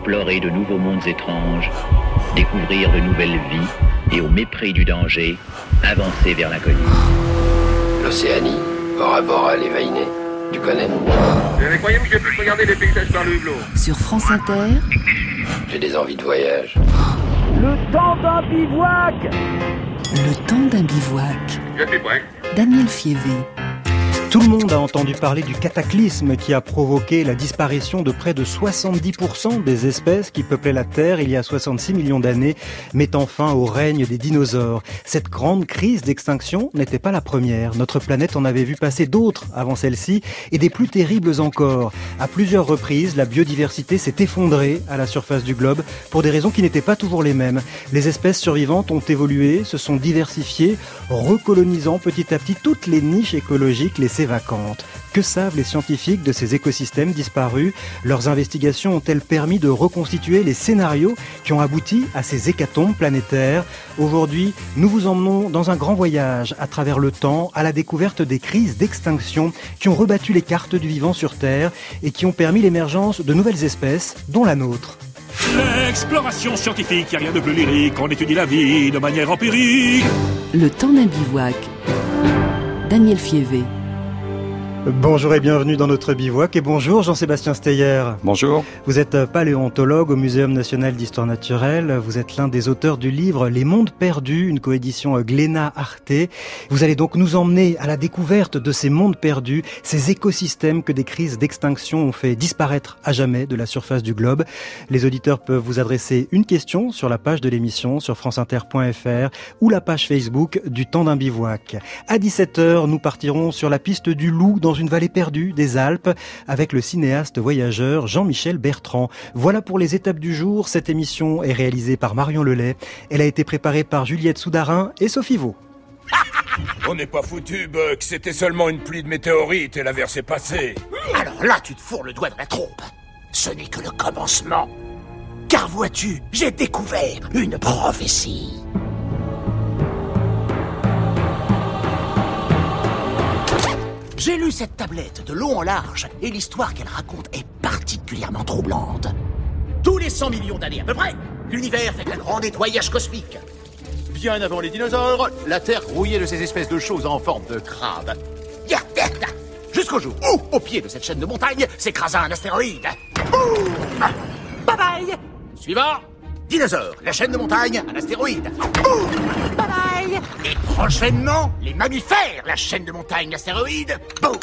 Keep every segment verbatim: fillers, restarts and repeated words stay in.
explorer de nouveaux mondes étranges, découvrir de nouvelles vies et au mépris du danger, avancer vers l'inconnu. L'Océanie, Bora Bora, les Vainés, tu connais? Mais croyez-vous que je puisse regarder les paysages par le hublot? Sur France Inter, j'ai des envies de voyage. Le temps d'un bivouac. Le temps d'un bivouac. Je suis prêt. Daniel Fievé. Tout le monde a entendu parler du cataclysme qui a provoqué la disparition de près de soixante-dix pour cent des espèces qui peuplaient la Terre il y a soixante-six millions d'années, mettant fin au règne des dinosaures. Cette grande crise d'extinction n'était pas la première. Notre planète en avait vu passer d'autres avant celle-ci et des plus terribles encore. À plusieurs reprises, la biodiversité s'est effondrée à la surface du globe pour des raisons qui n'étaient pas toujours les mêmes. Les espèces survivantes ont évolué, se sont diversifiées, recolonisant petit à petit toutes les niches écologiques laissées vacantes. Que savent les scientifiques de ces écosystèmes disparus? Leurs investigations ont-elles permis de reconstituer les scénarios qui ont abouti à ces hécatombes planétaires? Aujourd'hui, nous vous emmenons dans un grand voyage à travers le temps à la découverte des crises d'extinction qui ont rebattu les cartes du vivant sur Terre et qui ont permis l'émergence de nouvelles espèces, dont la nôtre. L'exploration scientifique, y a rien de plus lyrique, on étudie la vie de manière empirique. Le temps d'un bivouac. Daniel Fievé. Bonjour et bienvenue dans notre bivouac et bonjour Jean-Sébastien Steyer. Bonjour. Vous êtes paléontologue au Muséum national d'histoire naturelle. Vous êtes l'un des auteurs du livre Les mondes perdus, une coédition Glénat-Arte. Vous allez donc nous emmener à la découverte de ces mondes perdus, ces écosystèmes que des crises d'extinction ont fait disparaître à jamais de la surface du globe. Les auditeurs peuvent vous adresser une question sur la page de l'émission sur franceinter point f r ou la page Facebook du temps d'un bivouac. À dix-sept heures, nous partirons sur la piste du loup dans une vallée perdue des Alpes avec le cinéaste voyageur Jean-Michel Bertrand. Voilà pour les étapes du jour. Cette émission est réalisée par Marion Lelay. Elle a été préparée par Juliette Soudarin et Sophie Vaux. On n'est pas foutu, Buck. C'était seulement une pluie de météorites et l'averse est passée. Alors là, tu te fourres le doigt dans la trompe. Ce n'est que le commencement. Car vois-tu, j'ai découvert une prophétie. J'ai lu cette tablette de long en large et l'histoire qu'elle raconte est particulièrement troublante. Tous les cent millions d'années à peu près, l'univers fait un grand nettoyage cosmique. Bien avant les dinosaures, la Terre grouillait de ces espèces de choses en forme de crabe. Jusqu'au jour où, au pied de cette chaîne de montagnes, s'écrasa un astéroïde. Boum! Bye bye! Suivant. Dinosaures, la chaîne de montagne, un astéroïde. Boum! Bye bye! Et prochainement, les mammifères, la chaîne de montagne, astéroïde. Boum!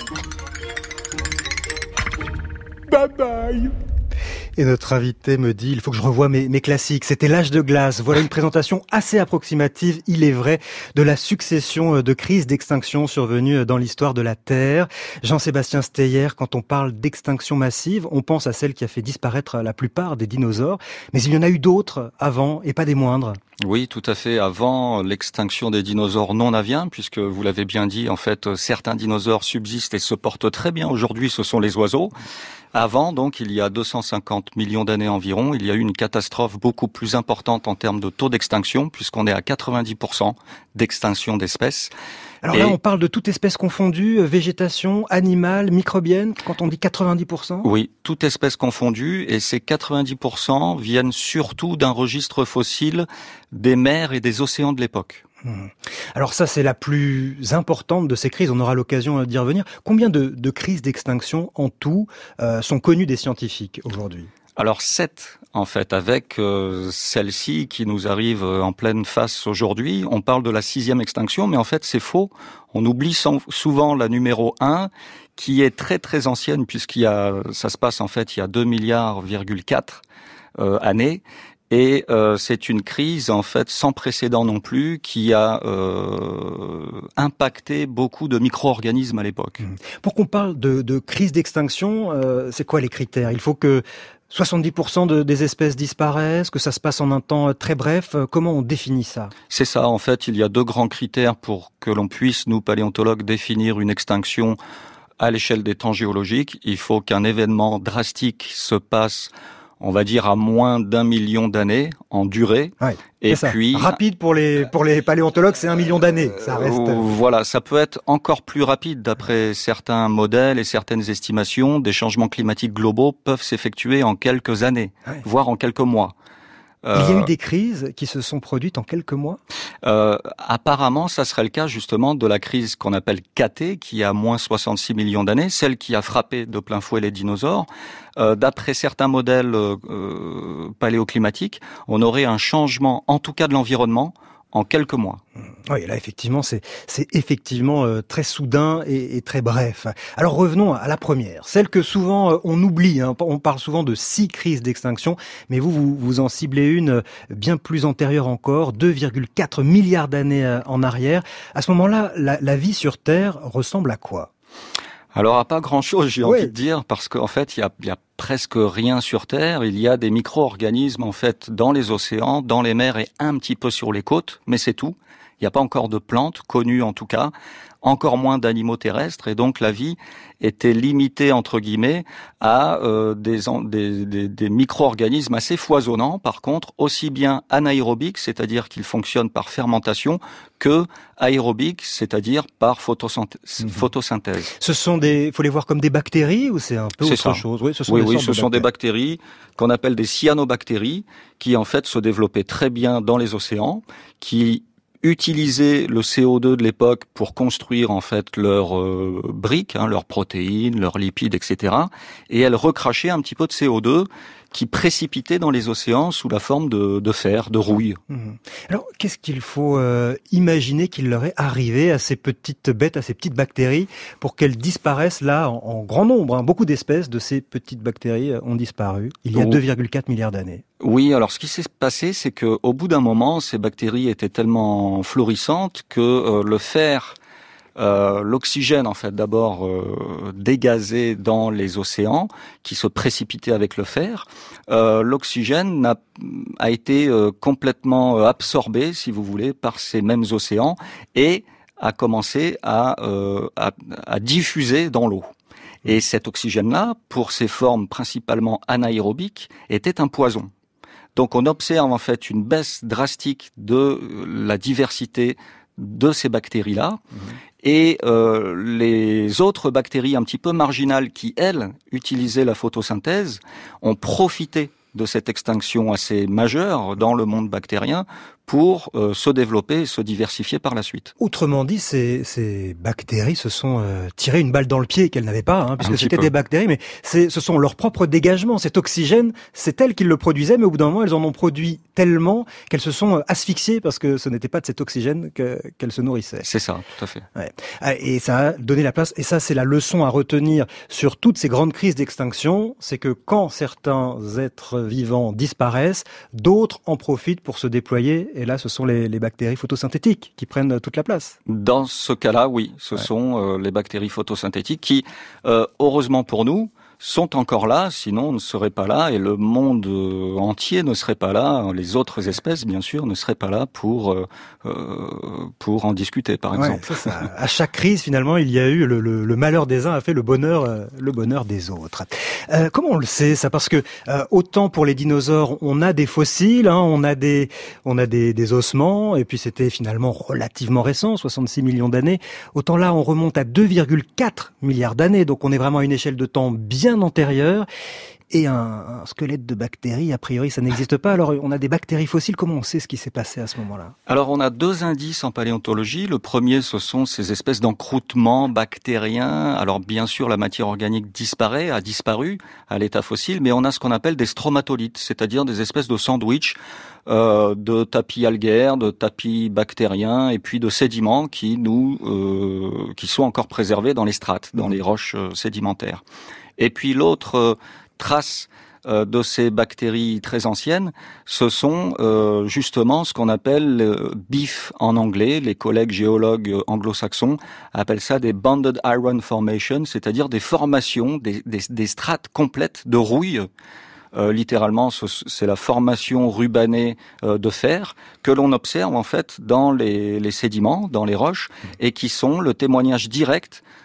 Bye bye! Et notre invité me dit, il faut que je revoie mes, mes classiques. C'était l'âge de glace. Voilà une présentation assez approximative, il est vrai, de la succession de crises d'extinction survenues dans l'histoire de la Terre. Jean-Sébastien Steyer, quand on parle d'extinction massive, on pense à celle qui a fait disparaître la plupart des dinosaures. Mais il y en a eu d'autres avant, et pas des moindres. Oui, tout à fait. Avant l'extinction des dinosaures non aviens, puisque vous l'avez bien dit, en fait, certains dinosaures subsistent et se portent très bien aujourd'hui, ce sont les oiseaux. Avant, donc, il y a deux cent cinquante millions d'années environ, il y a eu une catastrophe beaucoup plus importante en termes de taux d'extinction, puisqu'on est à quatre-vingt-dix pour cent d'extinction d'espèces. Alors et... là, on parle de toute espèce confondue, végétation, animale, microbienne, quand on dit quatre-vingt-dix pour cent? Oui, toute espèce confondue, et ces quatre-vingt-dix pour cent viennent surtout d'un registre fossile des mers et des océans de l'époque. Alors ça, c'est la plus importante de ces crises, on aura l'occasion d'y revenir. Combien de, de crises d'extinction en tout euh, sont connues des scientifiques aujourd'hui? Alors sept, en fait, avec euh, celle-ci qui nous arrive en pleine face aujourd'hui. On parle de la sixième extinction, mais en fait c'est faux. On oublie souvent la numéro un, qui est très très ancienne, puisqu'il y a, ça se passe en fait il y a deux milliards virgule quatre euh, années. Et euh, c'est une crise en fait sans précédent non plus qui a euh, impacté beaucoup de micro-organismes à l'époque. Pour qu'on parle de, de crise d'extinction, euh, c'est quoi les critères? Il faut que soixante-dix pour cent de, des espèces disparaissent, que ça se passe en un temps très bref. Comment on définit ça? C'est ça, en fait, il y a deux grands critères pour que l'on puisse, nous paléontologues, définir une extinction à l'échelle des temps géologiques. Il faut qu'un événement drastique se passe on va dire à moins d'un million d'années en durée. Ouais, et c'est puis ça. Rapide pour les pour les paléontologues, c'est un million d'années. Ça reste. Euh, voilà, ça peut être encore plus rapide d'après certains modèles et certaines estimations. Des changements climatiques globaux peuvent s'effectuer en quelques années, ouais. voire en quelques mois. Il y a eu des crises qui se sont produites en quelques mois. Euh, apparemment, ça serait le cas justement de la crise qu'on appelle K T, qui a moins soixante-six millions d'années, celle qui a frappé de plein fouet les dinosaures. Euh, d'après certains modèles euh, paléoclimatiques, on aurait un changement, en tout cas de l'environnement, en quelques mois. Oui, là effectivement, c'est c'est effectivement euh, très soudain et, et très bref. Alors revenons à la première, celle que souvent euh, on oublie. Hein. On parle souvent de six crises d'extinction, mais vous, vous vous en ciblez une bien plus antérieure encore, deux virgule quatre milliards d'années euh, en arrière. À ce moment-là, la, la vie sur Terre ressemble à quoi ? Alors à pas grand-chose, j'ai oui. envie de dire, parce qu'en fait, il y a, il y a presque rien sur Terre. Il y a des micro-organismes en fait dans les océans, dans les mers et un petit peu sur les côtes, mais c'est tout. Il n'y a pas encore de plantes connues en tout cas, encore moins d'animaux terrestres, et donc la vie était limitée entre guillemets à euh, des, des, des, des micro-organismes assez foisonnants, par contre aussi bien anaérobiques, c'est-à-dire qu'ils fonctionnent par fermentation, que aérobiques, c'est-à-dire par photosynthèse. Mmh. photosynthèse. Ce sont des, faut les voir comme des bactéries ou c'est un peu c'est autre ça. chose? Oui, ce sont, oui, des, oui, sortes ce de sont des bactéries qu'on appelle des cyanobactéries, qui en fait se développaient très bien dans les océans, qui utiliser le C O deux de l'époque pour construire en fait leurs euh, briques, hein, leurs protéines, leurs lipides, et cetera. Et elles recrachaient un petit peu de C O deux qui précipitait dans les océans sous la forme de, de fer, de rouille. Mmh. Alors, qu'est-ce qu'il faut euh, imaginer qu'il leur est arrivé à ces petites bêtes, à ces petites bactéries, pour qu'elles disparaissent là en, en grand nombre, hein. Beaucoup d'espèces de ces petites bactéries ont disparu il y a oh. deux virgule quatre milliards d'années. Oui, alors ce qui s'est passé, c'est que au bout d'un moment, ces bactéries étaient tellement florissantes que euh, le fer, euh, l'oxygène en fait d'abord euh, dégazé dans les océans, qui se précipitait avec le fer, euh, l'oxygène n'a, a été euh, complètement absorbé, si vous voulez, par ces mêmes océans et a commencé à, euh, à, à diffuser dans l'eau. Et cet oxygène-là, pour ses formes principalement anaérobiques, était un poison. Donc on observe en fait une baisse drastique de la diversité de ces bactéries-là. Mmh. Et euh, les autres bactéries un petit peu marginales qui, elles, utilisaient la photosynthèse, ont profité de cette extinction assez majeure dans le monde bactérien pour euh, se développer et se diversifier par la suite. Autrement dit, ces, ces bactéries se sont euh, tirées une balle dans le pied qu'elles n'avaient pas, hein, puisque c'était peu. des bactéries, mais c'est, ce sont leurs propres dégagements. Cet oxygène, c'est elles qui le produisaient, mais au bout d'un moment, elles en ont produit tellement qu'elles se sont asphyxiées parce que ce n'était pas de cet oxygène que, qu'elles se nourrissaient. C'est ça, tout à fait. Ouais. Et ça a donné la place, et ça c'est la leçon à retenir sur toutes ces grandes crises d'extinction, c'est que quand certains êtres vivants disparaissent, d'autres en profitent pour se déployer. Et là, ce sont les, les bactéries photosynthétiques qui prennent toute la place. Dans ce cas-là, oui, ce ouais. sont euh, les bactéries photosynthétiques qui, euh, heureusement pour nous, sont encore là, sinon on ne serait pas là et le monde euh, entier ne serait pas là, les autres espèces bien sûr ne seraient pas là pour euh, pour en discuter par exemple. Ouais, c'est ça. À chaque crise finalement il y a eu le, le, le malheur des uns a fait le bonheur euh, le bonheur des autres. Euh, comment on le sait ça? Parce que euh, autant pour les dinosaures on a des fossiles, hein, on a des on a des, des ossements et puis c'était finalement relativement récent, soixante-six millions d'années. Autant là on remonte à deux virgule quatre milliards d'années, donc on est vraiment à une échelle de temps bien antérieure. Et un, un squelette de bactéries, a priori, ça n'existe pas. Alors, on a des bactéries fossiles. Comment on sait ce qui s'est passé à ce moment-là? Alors, on a deux indices en paléontologie. Le premier, ce sont ces espèces d'encroûtements bactériens. Alors, bien sûr, la matière organique disparaît, a disparu à l'état fossile, mais on a ce qu'on appelle des stromatolites, c'est-à-dire des espèces de sandwich, euh, de tapis algaires, de tapis bactériens, et puis de sédiments qui nous, euh, qui sont encore préservés dans les strates, dans les roches euh, sédimentaires. Et puis l'autre euh, trace euh, de ces bactéries très anciennes, ce sont euh, justement ce qu'on appelle euh, B I F en anglais. Les collègues géologues anglo-saxons appellent ça des Bonded Iron Formations, c'est-à-dire des formations, des, des, des strates complètes de rouille. Euh, littéralement, ce, c'est la formation rubanée euh, de fer que l'on observe en fait dans les, les sédiments, dans les roches, et qui sont le témoignage direct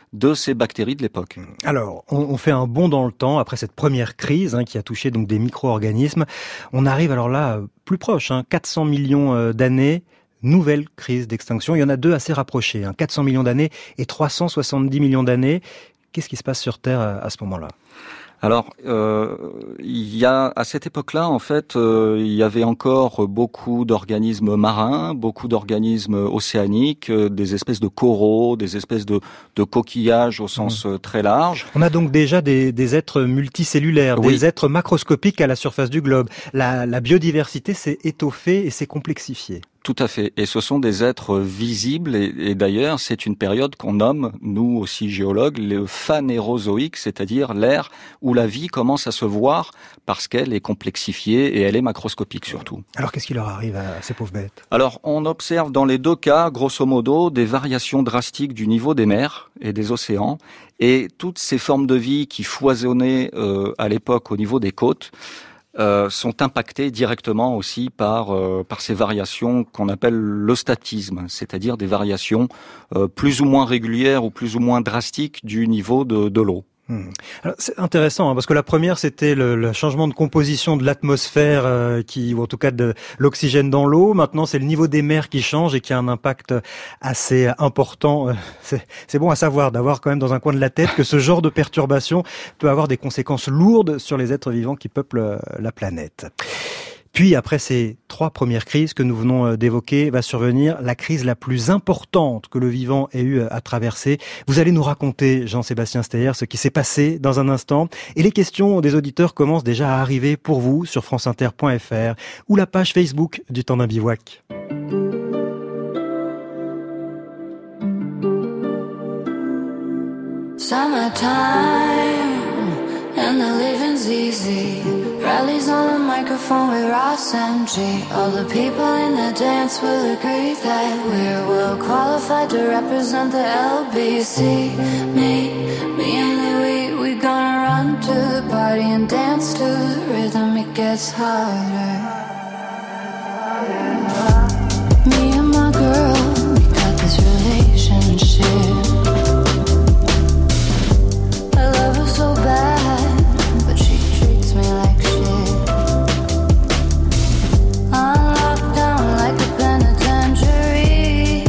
de ces bactéries de l'époque. Alors, on, on fait un bond dans le temps après cette première crise hein, qui a touché donc des micro-organismes. On arrive alors là plus proche, hein, quatre cents millions d'années. Nouvelle crise d'extinction. Il y en a deux assez rapprochées, hein, quatre cents millions d'années et trois cent soixante-dix millions d'années. Qu'est-ce qui se passe sur Terre à ce moment-là ? Alors, euh, il y a à cette époque-là, en fait, euh, il y avait encore beaucoup d'organismes marins, beaucoup d'organismes océaniques, euh, des espèces de coraux, des espèces de, de coquillages au sens mmh. très large. On a donc déjà des, des êtres multicellulaires, oui. des êtres macroscopiques à la surface du globe. La, la biodiversité s'est étoffée et s'est complexifiée. Tout à fait. Et ce sont des êtres visibles. Et, et d'ailleurs, c'est une période qu'on nomme, nous aussi géologues, le phanérozoïque, c'est-à-dire l'ère où la vie commence à se voir parce qu'elle est complexifiée et elle est macroscopique surtout. Alors, qu'est-ce qui leur arrive à ces pauvres bêtes ? Alors, on observe dans les deux cas, grosso modo, des variations drastiques du niveau des mers et des océans. Et toutes ces formes de vie qui foisonnaient euh, à l'époque au niveau des côtes, Euh, sont impactés directement aussi par euh, par ces variations qu'on appelle l'eustatisme, c'est-à-dire des variations euh, plus ou moins régulières ou plus ou moins drastiques du niveau de, de l'eau. Hmm. Alors, c'est intéressant hein, parce que la première c'était le, le changement de composition de l'atmosphère euh, qui ou en tout cas de l'oxygène dans l'eau. Maintenant c'est le niveau des mers qui change et qui a un impact assez important. C'est, c'est bon à savoir d'avoir quand même dans un coin de la tête que ce genre de perturbation peut avoir des conséquences lourdes sur les êtres vivants qui peuplent la planète. Puis, après ces trois premières crises que nous venons d'évoquer, va survenir la crise la plus importante que le vivant ait eu à traverser. Vous allez nous raconter, Jean-Sébastien Steyer, ce qui s'est passé dans un instant. Et les questions des auditeurs commencent déjà à arriver pour vous sur franceinter point f r ou la page Facebook du Temps d'un bivouac. Summertime and the living's easy. Rallies on the microphone with Ross and G. All the people in the dance will agree that we're well qualified to represent the L B C. Me, me and Louis, we gonna run to the party and dance to the rhythm. It gets harder. Me and my girl, we got this relationship. I love her so bad, but she treats me like shit. I'm locked down like a penitentiary.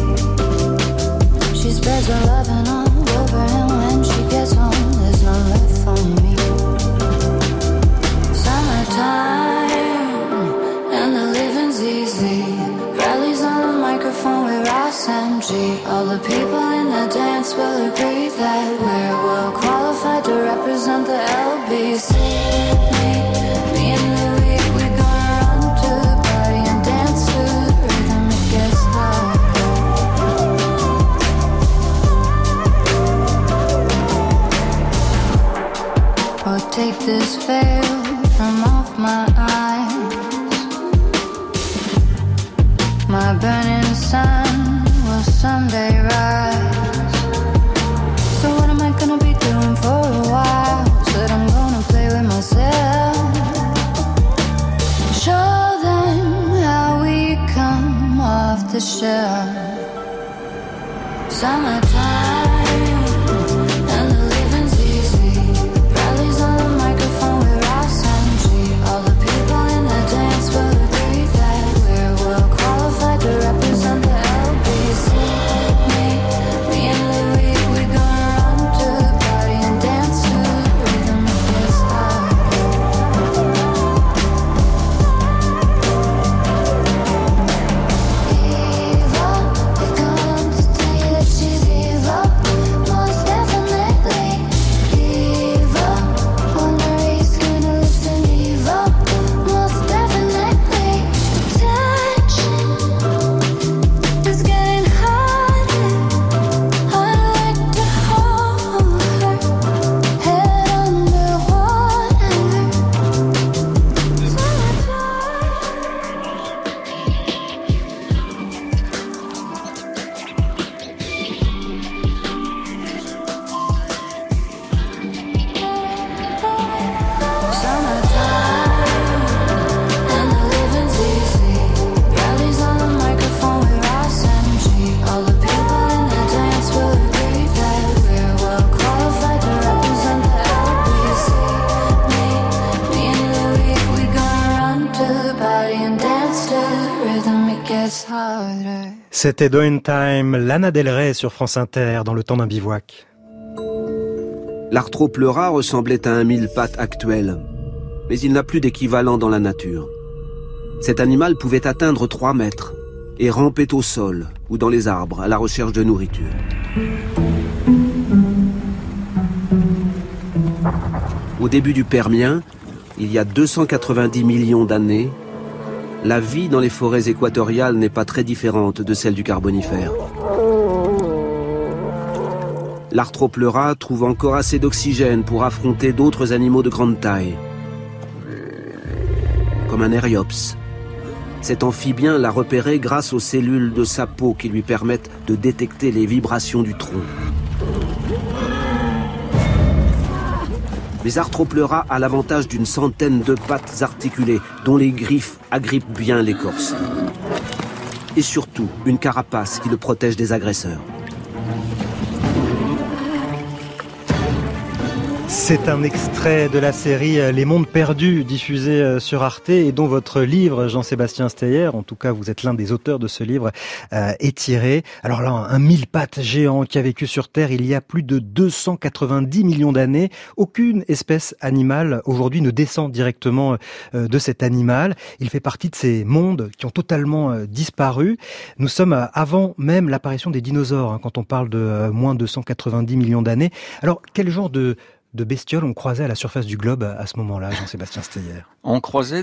She spreads her loving all over, and when she gets home, there's none left for me. Summertime, and the living's easy. Rallies on the microphone with Ross and G. All the people in the dance will agree that we're well qualified to represent the L B C. Me, me and Louis, we gonna run to the party and dance to the rhythm. It gets harder. Oh, take this veil from off my eyes. My burning sun will someday rise. So what am I gonna be doing for a while? Said I'm gonna play with myself. Show them how we come off the shelf. Summertime, and the living's easy. Rallies on the microphone with Ross and G. All the people in the dance will agree that we're well qualified to represent the L B C. Me, me and C'était Doin Time, Lana Del Rey sur France Inter, dans le temps d'un bivouac. L'Arthropleura ressemblait à un mille-pattes actuel, mais il n'a plus d'équivalent dans la nature. Cet animal pouvait atteindre trois mètres et rampait au sol ou dans les arbres à la recherche de nourriture. Au début du Permien, il y a deux cent quatre-vingt-dix millions d'années, la vie dans les forêts équatoriales n'est pas très différente de celle du Carbonifère. L'Arthropleura trouve encore assez d'oxygène pour affronter d'autres animaux de grande taille, comme un Eryops. Cet amphibien l'a repéré grâce aux cellules de sa peau qui lui permettent de détecter les vibrations du tronc. Les Arthropleura a l'avantage d'une centaine de pattes articulées dont les griffes agrippent bien l'écorce. Et surtout, une carapace qui le protège des agresseurs. C'est un extrait de la série Les Mondes Perdus, diffusée sur Arte, et dont votre livre, Jean-Sébastien Steyer, en tout cas vous êtes l'un des auteurs de ce livre, euh, est tiré. Alors là, un mille-pattes géant qui a vécu sur Terre il y a plus de deux cent quatre-vingt-dix millions d'années. Aucune espèce animale aujourd'hui ne descend directement euh, de cet animal. Il fait partie de ces mondes qui ont totalement euh, disparu. Nous sommes euh, avant même l'apparition des dinosaures, hein, quand on parle de euh, moins de deux cent quatre-vingt-dix millions d'années. Alors, quel genre de de bestioles on croisait à la surface du globe à ce moment-là, Jean-Sébastien Steyer? On croisait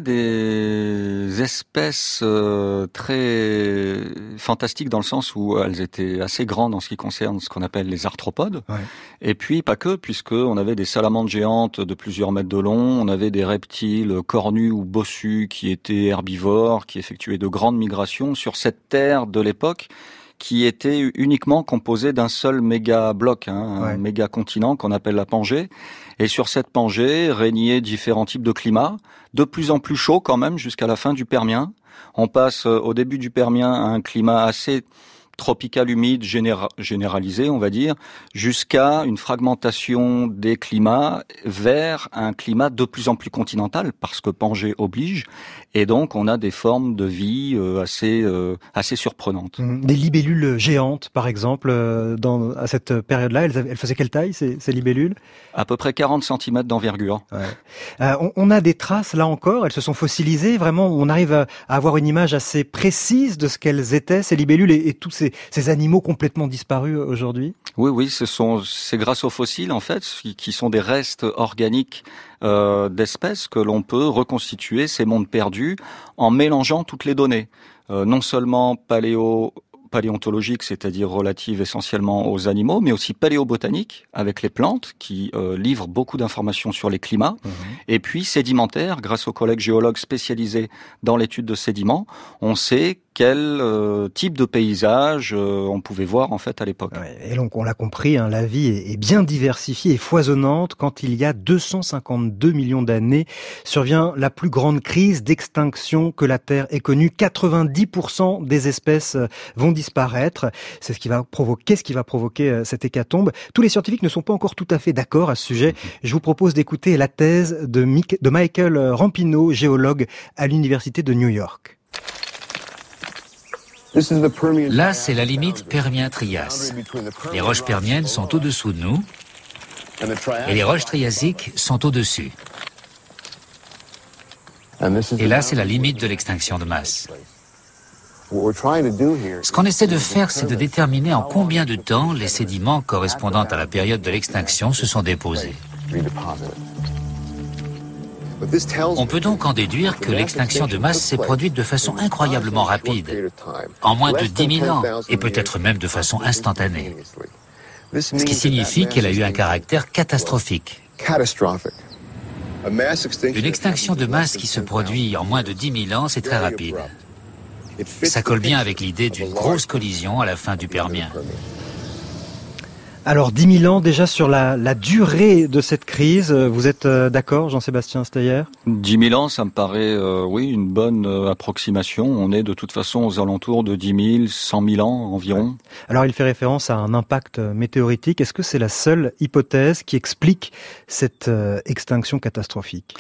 des espèces euh, très fantastiques dans le sens où elles étaient assez grandes en ce qui concerne ce qu'on appelle les arthropodes. Ouais. Et puis pas que, puisqu'on avait des salamandres géantes de plusieurs mètres de long, on avait des reptiles cornus ou bossus qui étaient herbivores, qui effectuaient de grandes migrations sur cette terre de l'époque, qui était uniquement composé d'un seul méga bloc, hein, ouais. un méga continent qu'on appelle la Pangée. Et sur cette Pangée régnaient différents types de climats, de plus en plus chauds quand même jusqu'à la fin du Permien. On passe au début du Permien à un climat assez tropical humide généra- généralisé, on va dire, jusqu'à une fragmentation des climats vers un climat de plus en plus continental, parce que Pangée oblige, et donc on a des formes de vie euh, assez euh, assez surprenantes. Des libellules géantes, par exemple, euh, dans, à cette période-là, elles, elles faisaient quelle taille, ces, ces libellules? À peu près quarante centimètres d'envergure. Ouais. Euh, on, on a des traces, là encore, elles se sont fossilisées, vraiment, on arrive à, à avoir une image assez précise de ce qu'elles étaient, ces libellules, et, et tous ces Ces animaux complètement disparus aujourd'hui? Oui, oui, ce sont, c'est grâce aux fossiles, en fait, qui sont des restes organiques euh, d'espèces que l'on peut reconstituer ces mondes perdus en mélangeant toutes les données. Euh, non seulement paléo, paléontologiques, c'est-à-dire relatives essentiellement aux animaux, mais aussi paléobotaniques, avec les plantes, qui euh, livrent beaucoup d'informations sur les climats, mmh. et puis sédimentaires, grâce aux collègues géologues spécialisés dans l'étude de sédiments, on sait quel euh, type de paysage euh, on pouvait voir en fait à l'époque. Ouais, et donc on l'a compris, hein, la vie est, est bien diversifiée et foisonnante. Quand il y a deux cent cinquante-deux millions d'années, survient la plus grande crise d'extinction que la Terre ait connue. quatre-vingt-dix pour cent des espèces vont disparaître. C'est ce qui va provoquer, qu'est-ce qui va provoquer cette hécatombe? Tous les scientifiques ne sont pas encore tout à fait d'accord à ce sujet. Je vous propose d'écouter la thèse de, Mick, de Michael Rampino, géologue à l'université de New York. Là, c'est la limite Permien-Trias. Les roches permiennes sont au-dessous de nous et les roches triasiques sont au-dessus. Et là, c'est la limite de l'extinction de masse. Ce qu'on essaie de faire, c'est de déterminer en combien de temps les sédiments correspondant à la période de l'extinction se sont déposés. On peut donc en déduire que l'extinction de masse s'est produite de façon incroyablement rapide, en moins de dix mille ans, et peut-être même de façon instantanée. Ce qui signifie qu'elle a eu un caractère catastrophique. Une extinction de masse qui se produit en moins de dix mille ans, c'est très rapide. Ça colle bien avec l'idée d'une grosse collision à la fin du Permien. Alors, dix mille ans déjà sur la, la durée de cette crise. Vous êtes euh, d'accord, Jean-Sébastien Steyer? dix mille ans, ça me paraît, euh, oui, une bonne euh, approximation. On est de toute façon aux alentours de dix mille, cent mille ans environ. Alors, il fait référence à un impact météoritique. Est-ce que c'est la seule hypothèse qui explique cette euh, extinction catastrophique?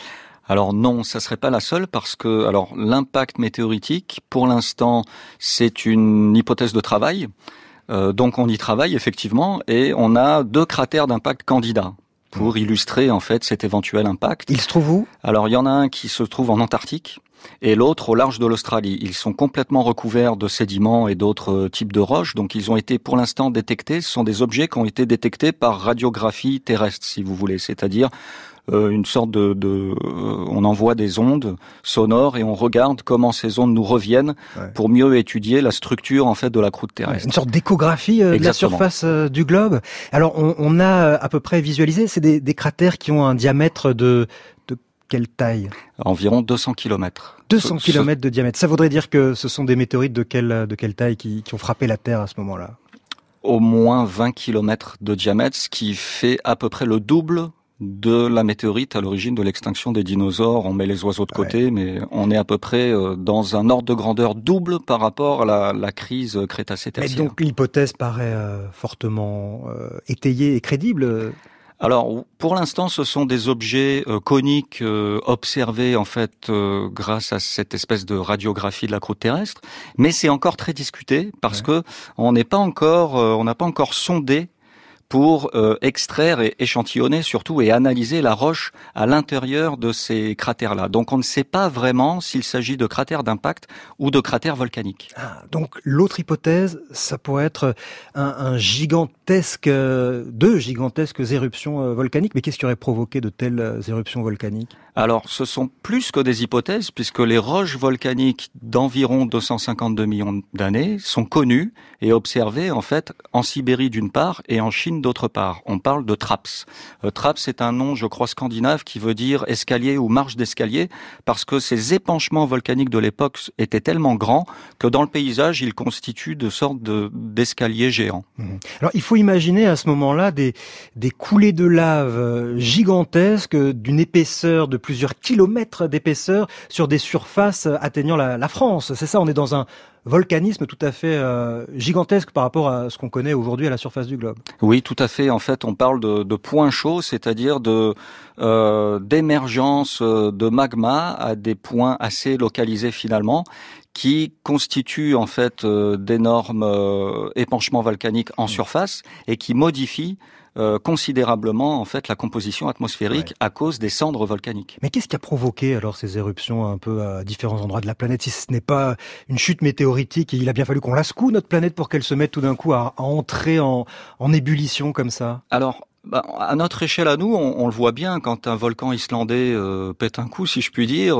Alors non, ça serait pas la seule parce que alors l'impact météoritique, pour l'instant, c'est une hypothèse de travail. Euh, donc on y travaille effectivement et on a deux cratères d'impact candidats pour illustrer en fait cet éventuel impact. Ils se trouvent où ? Alors il y en a un qui se trouve en Antarctique et l'autre au large de l'Australie. Ils sont complètement recouverts de sédiments et d'autres types de roches, donc ils ont été pour l'instant détectés. Ce sont des objets qui ont été détectés par radiographie terrestre, si vous voulez, c'est-à-dire euh, une sorte de, de euh, on envoie des ondes sonores et on regarde comment ces ondes nous reviennent ouais. pour mieux étudier la structure en fait de la croûte terrestre. Ouais, une sorte d'échographie euh, de la surface euh, du globe. Alors on, on a à peu près visualisé, c'est des, des cratères qui ont un diamètre de de quelle taille ? Environ deux cents kilomètres. deux cents kilomètres de diamètre. Ça voudrait dire que ce sont des météorites de quelle de quelle taille qui, qui ont frappé la Terre à ce moment-là ? Au moins vingt kilomètres de diamètre, ce qui fait à peu près le double de la météorite à l'origine de l'extinction des dinosaures. On met les oiseaux de côté, ouais. mais on est à peu près dans un ordre de grandeur double par rapport à la, la crise crétacé-tertiaire. Et donc l'hypothèse paraît euh, fortement euh, étayée et crédible. Alors, pour l'instant, ce sont des objets euh, coniques euh, observés en fait euh, grâce à cette espèce de radiographie de la croûte terrestre, mais c'est encore très discuté parce ouais. que on n'est pas encore, euh, on n'a pas encore sondé pour euh, extraire et échantillonner surtout et analyser la roche à l'intérieur de ces cratères-là. Donc on ne sait pas vraiment s'il s'agit de cratères d'impact ou de cratères volcaniques. Ah, donc l'autre hypothèse, ça pourrait être un, un gigantesque, euh, deux gigantesques éruptions euh, volcaniques. Mais qu'est-ce qui aurait provoqué de telles euh, éruptions volcaniques ? Alors ce sont plus que des hypothèses puisque les roches volcaniques d'environ deux cent cinquante-deux millions d'années sont connues et observées en fait en Sibérie d'une part et en Chine d'autre part. On parle de traps. Euh, traps, c'est un nom, je crois, scandinave qui veut dire escalier ou marche d'escalier parce que ces épanchements volcaniques de l'époque étaient tellement grands que dans le paysage, ils constituent de sortes de, d'escaliers géants. Mmh. Alors, il faut imaginer à ce moment-là des, des coulées de lave gigantesques d'une épaisseur de plusieurs kilomètres d'épaisseur sur des surfaces atteignant la, la France. C'est ça, on est dans un volcanisme tout à fait euh, gigantesque par rapport à ce qu'on connaît aujourd'hui à la surface du globe. Oui, tout à fait. En fait, on parle de, de points chauds, c'est-à-dire de euh, d'émergence de magma à des points assez localisés finalement, qui constituent en fait euh, d'énormes euh, épanchements volcaniques en mmh. surface et qui modifient Euh, considérablement en fait la composition atmosphérique ouais. à cause des cendres volcaniques. Mais qu'est-ce qui a provoqué alors ces éruptions un peu à différents endroits de la planète si ce n'est pas une chute météoritique et il a bien fallu qu'on la secoue notre planète pour qu'elle se mette tout d'un coup à, à entrer en, en ébullition comme ça ? Alors bah, à notre échelle à nous, on, on le voit bien quand un volcan islandais euh, pète un coup, si je puis dire,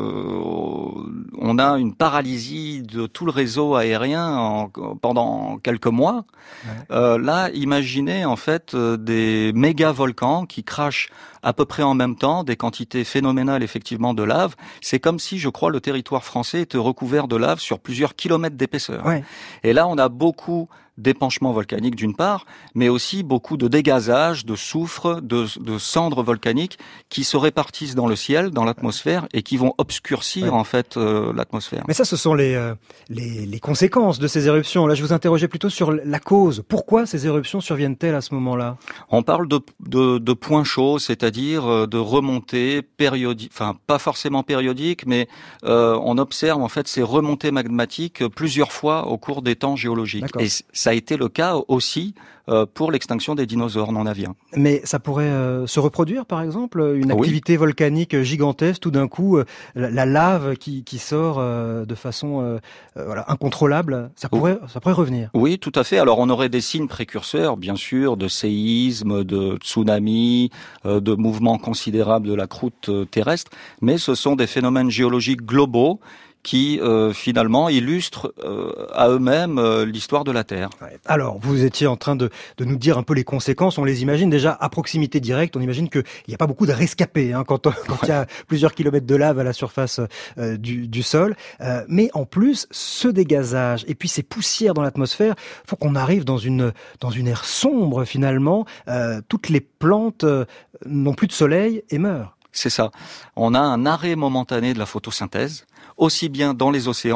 euh, on a une paralysie de tout le réseau aérien en, pendant quelques mois. Ouais. Euh, là, imaginez en fait euh, des méga volcans qui crachent à peu près en même temps, des quantités phénoménales effectivement de lave. C'est comme si, je crois, le territoire français était recouvert de lave sur plusieurs kilomètres d'épaisseur. Ouais. Et là, on a beaucoup d'épanchements volcaniques d'une part, mais aussi beaucoup de dégazage, de soufre, de, de cendres volcaniques qui se répartissent dans le ciel, dans l'atmosphère, et qui vont obscurcir ouais. en fait euh, l'atmosphère. Mais ça, ce sont les, euh, les les conséquences de ces éruptions. Là, je vous interrogeais plutôt sur la cause. Pourquoi ces éruptions surviennent-elles à ce moment-là ? On parle de, de, de points chauds, c'est-à-dire de remontées périodiques, enfin pas forcément périodiques, mais euh, on observe en fait ces remontées magmatiques plusieurs fois au cours des temps géologiques. D'accord. Et ça a été le cas aussi euh, pour l'extinction des dinosaures non aviens. Mais ça pourrait euh, se reproduire, par exemple, une activité oui. volcanique gigantesque, tout d'un coup, euh, la, la lave qui, qui sort euh, de façon euh, euh, voilà, incontrôlable, ça pourrait, oui. ça pourrait revenir. Oui, tout à fait. Alors, on aurait des signes précurseurs, bien sûr, de séismes, de tsunamis, euh, de mouvements considérables de la croûte euh, terrestre, mais ce sont des phénomènes géologiques globaux qui euh, finalement illustrent euh, à eux-mêmes euh, l'histoire de la Terre. Alors, vous étiez en train de, de nous dire un peu les conséquences. On les imagine déjà à proximité directe. On imagine qu'il n'y a pas beaucoup de rescapés hein, quand, quand ouais. il y a plusieurs kilomètres de lave à la surface euh, du, du sol. Euh, mais en plus, ce dégazage et puis ces poussières dans l'atmosphère, faut qu'on arrive dans une dans une ère sombre finalement. Euh, toutes les plantes euh, n'ont plus de soleil et meurent. C'est ça. On a un arrêt momentané de la photosynthèse, aussi bien dans les océans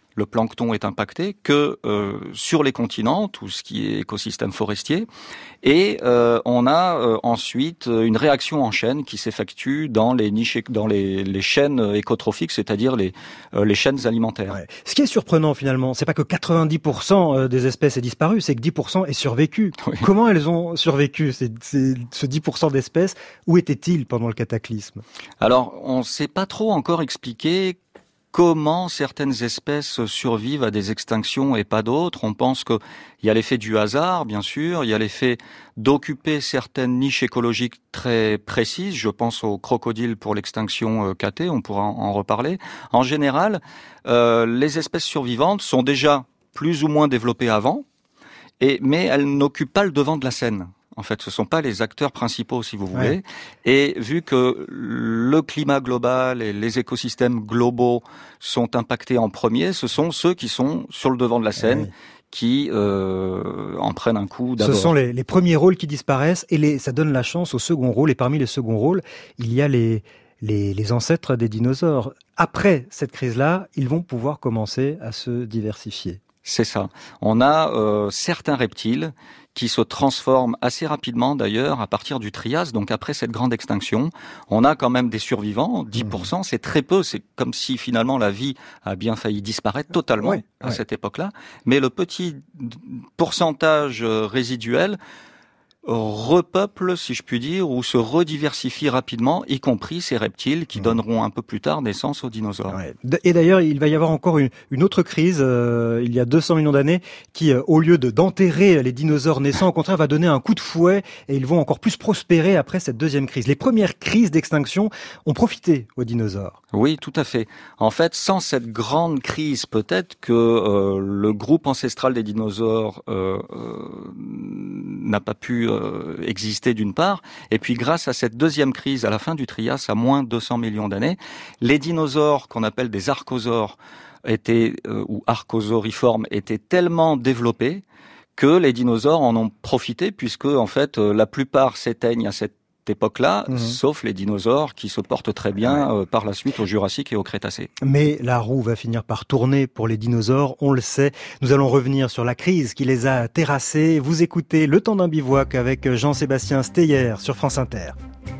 le plancton est impacté, que euh, sur les continents, tout ce qui est écosystème forestier. Et euh, on a euh, ensuite une réaction en chaîne qui s'effectue dans les niches, dans les, les chaînes écotrophiques, c'est-à-dire les, euh, les chaînes alimentaires. Ouais. Ce qui est surprenant finalement, c'est pas que quatre-vingt-dix pour cent des espèces aient disparu, c'est que dix pour cent aient survécu. Oui. Comment elles ont survécu, ces, ces, ce dix pour cent d'espèces? Où étaient-ils pendant le cataclysme? Alors, on ne sait pas trop encore expliquer comment certaines espèces survivent à des extinctions et pas d'autres. On pense qu'il y a l'effet du hasard, bien sûr, il y a l'effet d'occuper certaines niches écologiques très précises. Je pense aux crocodiles pour l'extinction K T, on pourra en reparler. En général, euh, les espèces survivantes sont déjà plus ou moins développées avant, et, mais elles n'occupent pas le devant de la scène. En fait, ce sont pas les acteurs principaux, si vous voulez. Ouais. Et vu que le climat global et les écosystèmes globaux sont impactés en premier, ce sont ceux qui sont sur le devant de la scène ouais. qui euh, en prennent un coup d'abord. Ce sont les, les premiers rôles qui disparaissent et les, ça donne la chance au second rôle. Et parmi les seconds rôles, il y a les, les, les ancêtres des dinosaures. Après cette crise-là, ils vont pouvoir commencer à se diversifier. C'est ça. On a euh, certains reptiles qui se transforment assez rapidement d'ailleurs à partir du Trias, donc après cette grande extinction. On a quand même des survivants, dix pour cent, c'est très peu, c'est comme si finalement la vie a bien failli disparaître totalement oui, à oui. cette époque-là. Mais le petit pourcentage résiduel repeuple, si je puis dire, ou se rediversifie rapidement, y compris ces reptiles qui mmh. donneront un peu plus tard naissance aux dinosaures. Ouais. Et d'ailleurs, il va y avoir encore une, une autre crise, euh, il y a deux cents millions d'années, qui, euh, au lieu de d'enterrer les dinosaures naissants, au contraire, va donner un coup de fouet, et ils vont encore plus prospérer après cette deuxième crise. Les premières crises d'extinction ont profité aux dinosaures. Oui, tout à fait. En fait, sans cette grande crise, peut-être que euh, le groupe ancestral des dinosaures euh, euh, n'a pas pu euh, exister d'une part, et puis grâce à cette deuxième crise à la fin du Trias, à moins de deux cents millions d'années, les dinosaures qu'on appelle des archosaures étaient euh, ou archosauriformes étaient tellement développés que les dinosaures en ont profité, puisque en fait euh, la plupart s'éteignent à cette époque-là, mmh. sauf les dinosaures qui se portent très bien euh, par la suite au Jurassique et au Crétacé. Mais la roue va finir par tourner pour les dinosaures, on le sait. Nous allons revenir sur la crise qui les a terrassés. Vous écoutez Le Temps d'un bivouac avec Jean-Sébastien Steyer sur France Inter.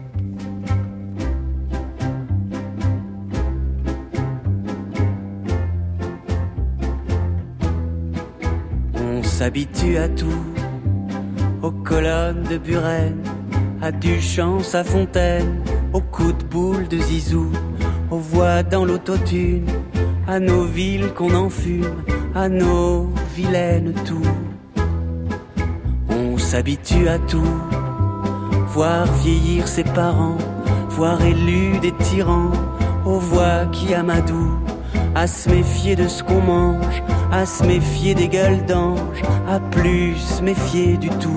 On s'habitue à tout, aux colonnes de Buren, à Duchamp, à Fontaine, aux coups de boule de Zizou, aux voix dans l'autotune, à nos villes qu'on enfume, à nos vilaines tours. On s'habitue à tout, voir vieillir ses parents, voir élus des tyrans, aux voix qui amadouent, à se méfier de ce qu'on mange, à se méfier des gueules d'ange, à plus se méfier du tout.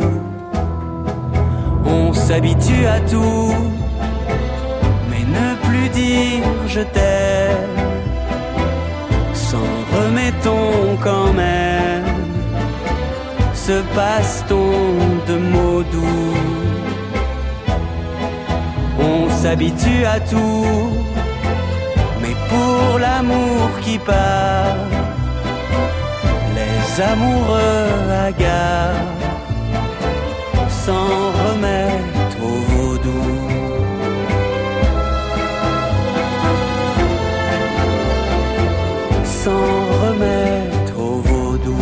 On s'habitue à tout, mais ne plus dire je t'aime, s'en remettons quand même, ce passe-t-on de mots doux. On s'habitue à tout, mais pour l'amour qui part, les amoureux hagards s'en remettre au vaudou. S'en remettre au vaudou.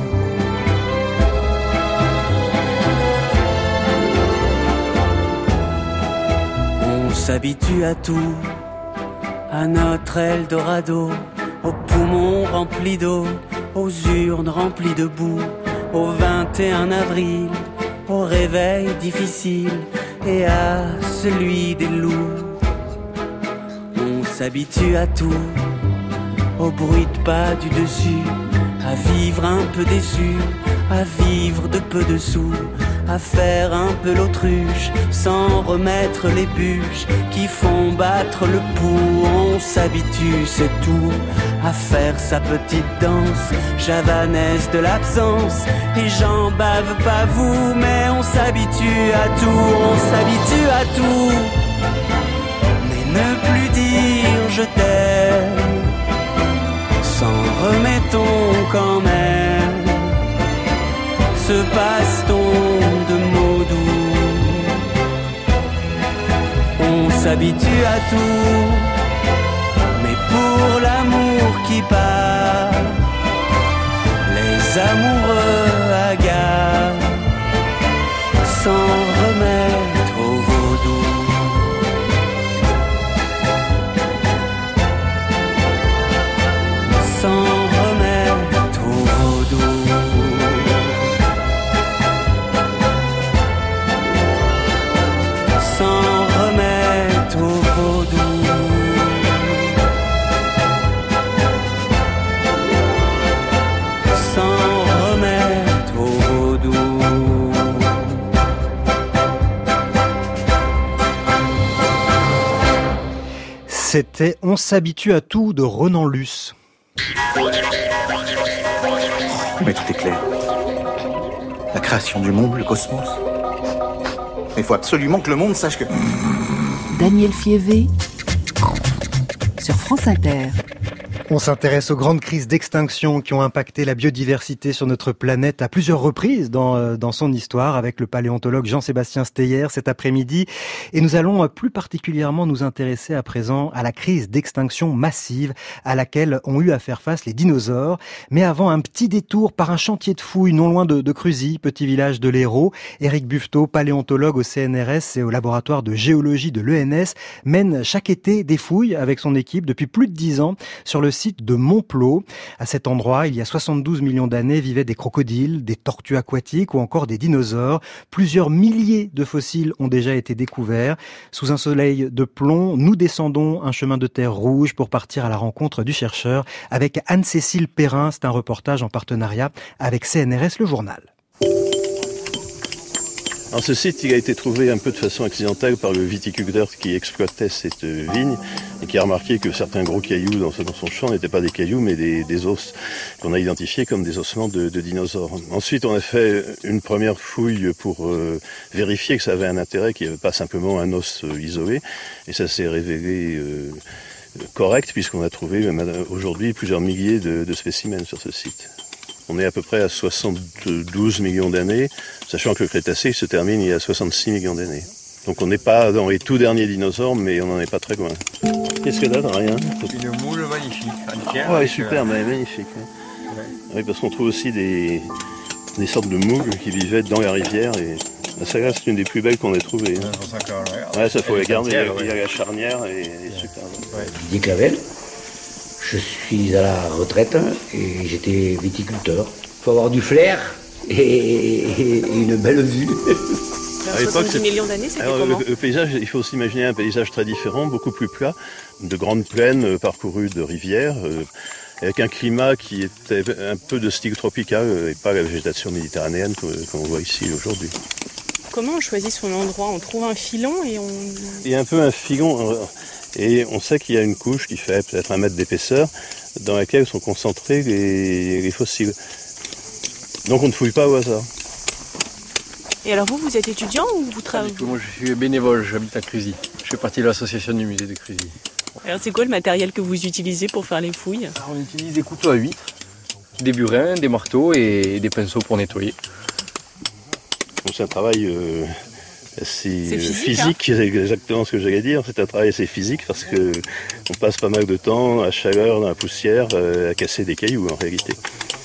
On s'habitue à tout, à notre Eldorado, aux poumons remplis d'eau, aux urnes remplies de boue, au vingt et un avril, au réveil difficile et à celui des loups. On s'habitue à tout, au bruit de pas du dessus, à vivre un peu déçu, à vivre de peu de sous, à faire un peu l'autruche, sans remettre les bûches qui font battre le pouls. On s'habitue, c'est tout, à faire sa petite danse javanaise de l'absence. Les gens bavent pas vous, mais on s'habitue à tout, on s'habitue à tout. Mais ne plus dire je t'aime, s'en remettre se passe-t-on de mots doux? On s'habitue à tout, mais pour l'amour qui part, les amoureux hagards s'en remettent au vaudou. S'en remettent au vaudou. S'en remettre au vaudou. S'en remettre au vaudou. C'était On s'habitue à tout de Renan Luce. Mais tout est clair. La création du monde, le cosmos. Il faut absolument que le monde sache que... Daniel Fievé sur France Inter. On s'intéresse aux grandes crises d'extinction qui ont impacté la biodiversité sur notre planète à plusieurs reprises dans, dans son histoire avec le paléontologue Jean-Sébastien Steyer cet après-midi. Et nous allons plus particulièrement nous intéresser à présent à la crise d'extinction massive à laquelle ont eu à faire face les dinosaures. Mais avant un petit détour par un chantier de fouilles non loin de, de Cruzy, petit village de l'Hérault, Éric Buffetot, paléontologue au C N R S et au laboratoire de géologie de l'E N S, mène chaque été des fouilles avec son équipe depuis plus de dix ans sur le site de Montplot. À cet endroit, il y a soixante-douze millions d'années, vivaient des crocodiles, des tortues aquatiques ou encore des dinosaures. Plusieurs milliers de fossiles ont déjà été découverts. Sous un soleil de plomb, nous descendons un chemin de terre rouge pour partir à la rencontre du chercheur avec Anne-Cécile Perrin. C'est un reportage en partenariat avec C N R S, le journal. Alors ce site, il a été trouvé un peu de façon accidentelle par le viticulteur qui exploitait cette vigne et qui a remarqué que certains gros cailloux dans son champ n'étaient pas des cailloux mais des, des os qu'on a identifiés comme des ossements de, de dinosaures. Ensuite, on a fait une première fouille pour euh, vérifier que ça avait un intérêt, qu'il n'y avait pas simplement un os euh, isolé, et ça s'est révélé euh, correct puisqu'on a trouvé aujourd'hui plusieurs milliers de, de spécimens sur ce site. On est à peu près à soixante-douze millions d'années, sachant que le Crétacé se termine il y a soixante-six millions d'années. Donc on n'est pas dans les tout derniers dinosaures, mais on n'en est pas très loin. Qu'est-ce que là, rien? Une moule magnifique, entière. Oh, ouais, super, mais magnifique. Ouais. Ouais. Oui, parce qu'on trouve aussi des, des sortes de moules qui vivaient dans la rivière. Et celle-là, c'est une des plus belles qu'on ait trouvées. Hein. Ouais, ça faut la garder. Entière, il y a ouais. La charnière et, et super. Ouais. Didier Clavel. Je suis à la retraite et j'étais viticulteur. Il faut avoir du flair et, et, et une belle vue. À soixante-dix millions d'années, c'était alors, comment le, le paysage, il faut s'imaginer un paysage très différent, beaucoup plus plat, de grandes plaines parcourues de rivières, euh, avec un climat qui était un peu de style tropical et pas la végétation méditerranéenne qu'on voit ici aujourd'hui. Comment on choisit son endroit? On trouve un filon et on... Il y a un peu un filon... Et on sait qu'il y a une couche qui fait peut-être un mètre d'épaisseur dans laquelle sont concentrés les, les fossiles. Donc on ne fouille pas au hasard. Et alors vous, vous êtes étudiant ou vous travaillez? Moi je suis bénévole, j'habite à Cruzy. Je fais partie de l'association du musée de Cruzy. Alors c'est quoi le matériel que vous utilisez pour faire les fouilles? alors, On utilise des couteaux à huîtres, des burins, des marteaux et des pinceaux pour nettoyer. Donc c'est un travail... Euh... C'est, c'est physique, physique hein. C'est exactement ce que j'allais dire. C'est un travail assez physique parce que on passe pas mal de temps à chaleur, dans la poussière, euh, à casser des cailloux en réalité.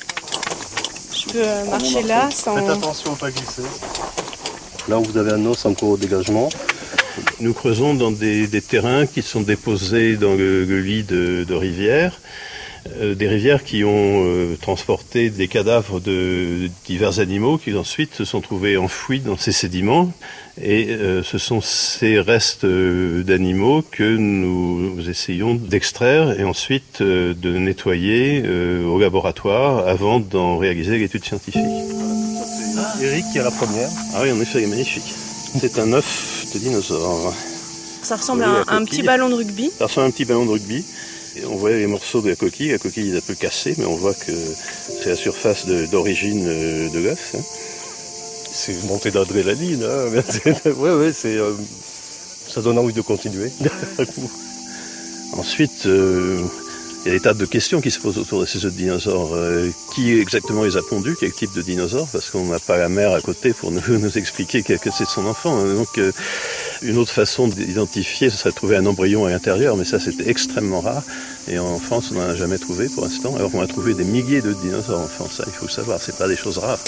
Je peux euh, marcher là sans... Faites attention à ne pas glisser. Là où vous avez un os en cours de dégagement. Nous creusons dans des, des terrains qui sont déposés dans le, le lit de, de rivières. Euh, des rivières qui ont euh, transporté des cadavres de divers animaux qui ensuite se sont trouvés enfouis dans ces sédiments. Et euh, ce sont ces restes euh, d'animaux que nous, nous essayons d'extraire et ensuite euh, de nettoyer euh, au laboratoire avant d'en réaliser l'étude scientifique. Ah, Eric qui a la première. Ah oui, en effet, il est magnifique. C'est un œuf de dinosaure. Ça ressemble à un, un petit ballon de rugby. Ça ressemble à un petit ballon de rugby. Et on voit les morceaux de la coquille. La coquille est un peu cassée, mais on voit que c'est la surface de, d'origine de l'œuf. Hein. C'est une montée d'adrénaline. Hein. ouais, ouais, c'est, euh, ça donne envie de continuer. Ensuite, euh, Il y a des tas de questions qui se posent autour de ces œufs de dinosaures. Euh, qui exactement les a pondus? Quel type de dinosaure? Parce qu'on n'a pas la mère à côté pour nous, nous expliquer que, que c'est son enfant. Donc, euh, une autre façon d'identifier, ce serait de trouver un embryon à l'intérieur, mais ça, c'était extrêmement rare. Et en France, on n'en a jamais trouvé pour l'instant. Alors qu'on a trouvé des milliers de dinosaures en France. Ça, il faut le savoir. C'est pas des choses rares.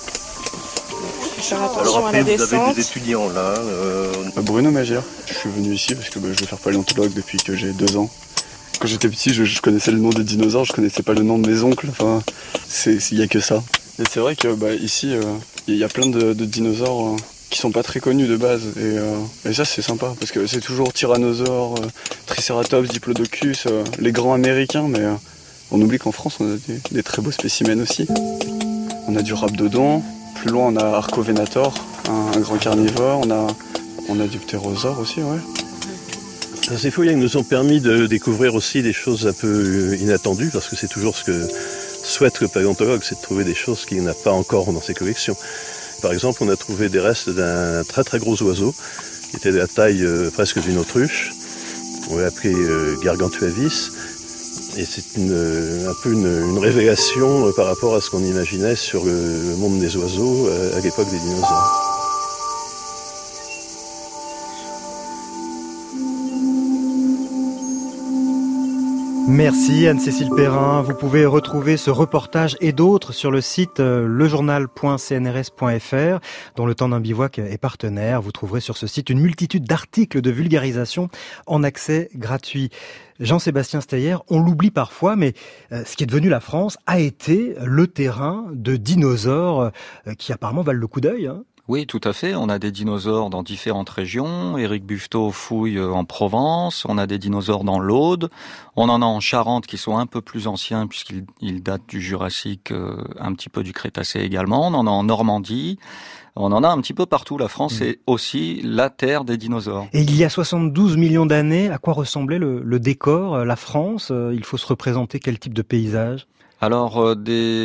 Alors après, vous avez des étudiants là. Euh... Bruno Magère. Je suis venu ici parce que bah, je vais faire paléontologue depuis que j'ai deux ans. Quand j'étais petit, je, je connaissais le nom des dinosaures, je connaissais pas le nom de mes oncles. Enfin, il y a que ça. Et c'est vrai que bah, ici, il euh, y a plein de, de dinosaures euh, qui sont pas très connus de base. Et, euh, et ça, c'est sympa parce que c'est toujours Tyrannosaure, euh, Triceratops, Diplodocus, euh, les grands américains. Mais euh, on oublie qu'en France, on a des, des très beaux spécimens aussi. On a du Rhabdodon. Plus loin, on a Archovenator, un, un grand carnivore. On a, on a du Ptérosaure aussi, ouais. Ces fouilles nous ont permis de découvrir aussi des choses un peu inattendues, parce que c'est toujours ce que souhaite le paléontologue, c'est de trouver des choses qu'il n'a pas encore dans ses collections. Par exemple, on a trouvé des restes d'un très très gros oiseau, qui était de la taille euh, presque d'une autruche. On l'a appelé euh, Gargantua-vis, et c'est une, un peu une, une révélation euh, par rapport à ce qu'on imaginait sur le, le monde des oiseaux euh, à l'époque des dinosaures. Merci Anne-Cécile Perrin. Vous pouvez retrouver ce reportage et d'autres sur le site lejournal point c n r s point f r, dont le temps d'un bivouac est partenaire. Vous trouverez sur ce site une multitude d'articles de vulgarisation en accès gratuit. Jean-Sébastien Steyer, on l'oublie parfois, mais ce qui est devenu la France a été le terrain de dinosaures qui apparemment valent le coup d'œil, hein. Oui, tout à fait. On a des dinosaures dans différentes régions. Éric Buffetot fouille en Provence. On a des dinosaures dans l'Aude. On en a en Charente qui sont un peu plus anciens puisqu'ils ils datent du Jurassique, euh, un petit peu du Crétacé également. On en a en Normandie. On en a un petit peu partout. La France mmh. est aussi la terre des dinosaures. Et il y a soixante-douze millions d'années, à quoi ressemblait le, le décor, la France? Il faut se représenter quel type de paysage? Alors euh,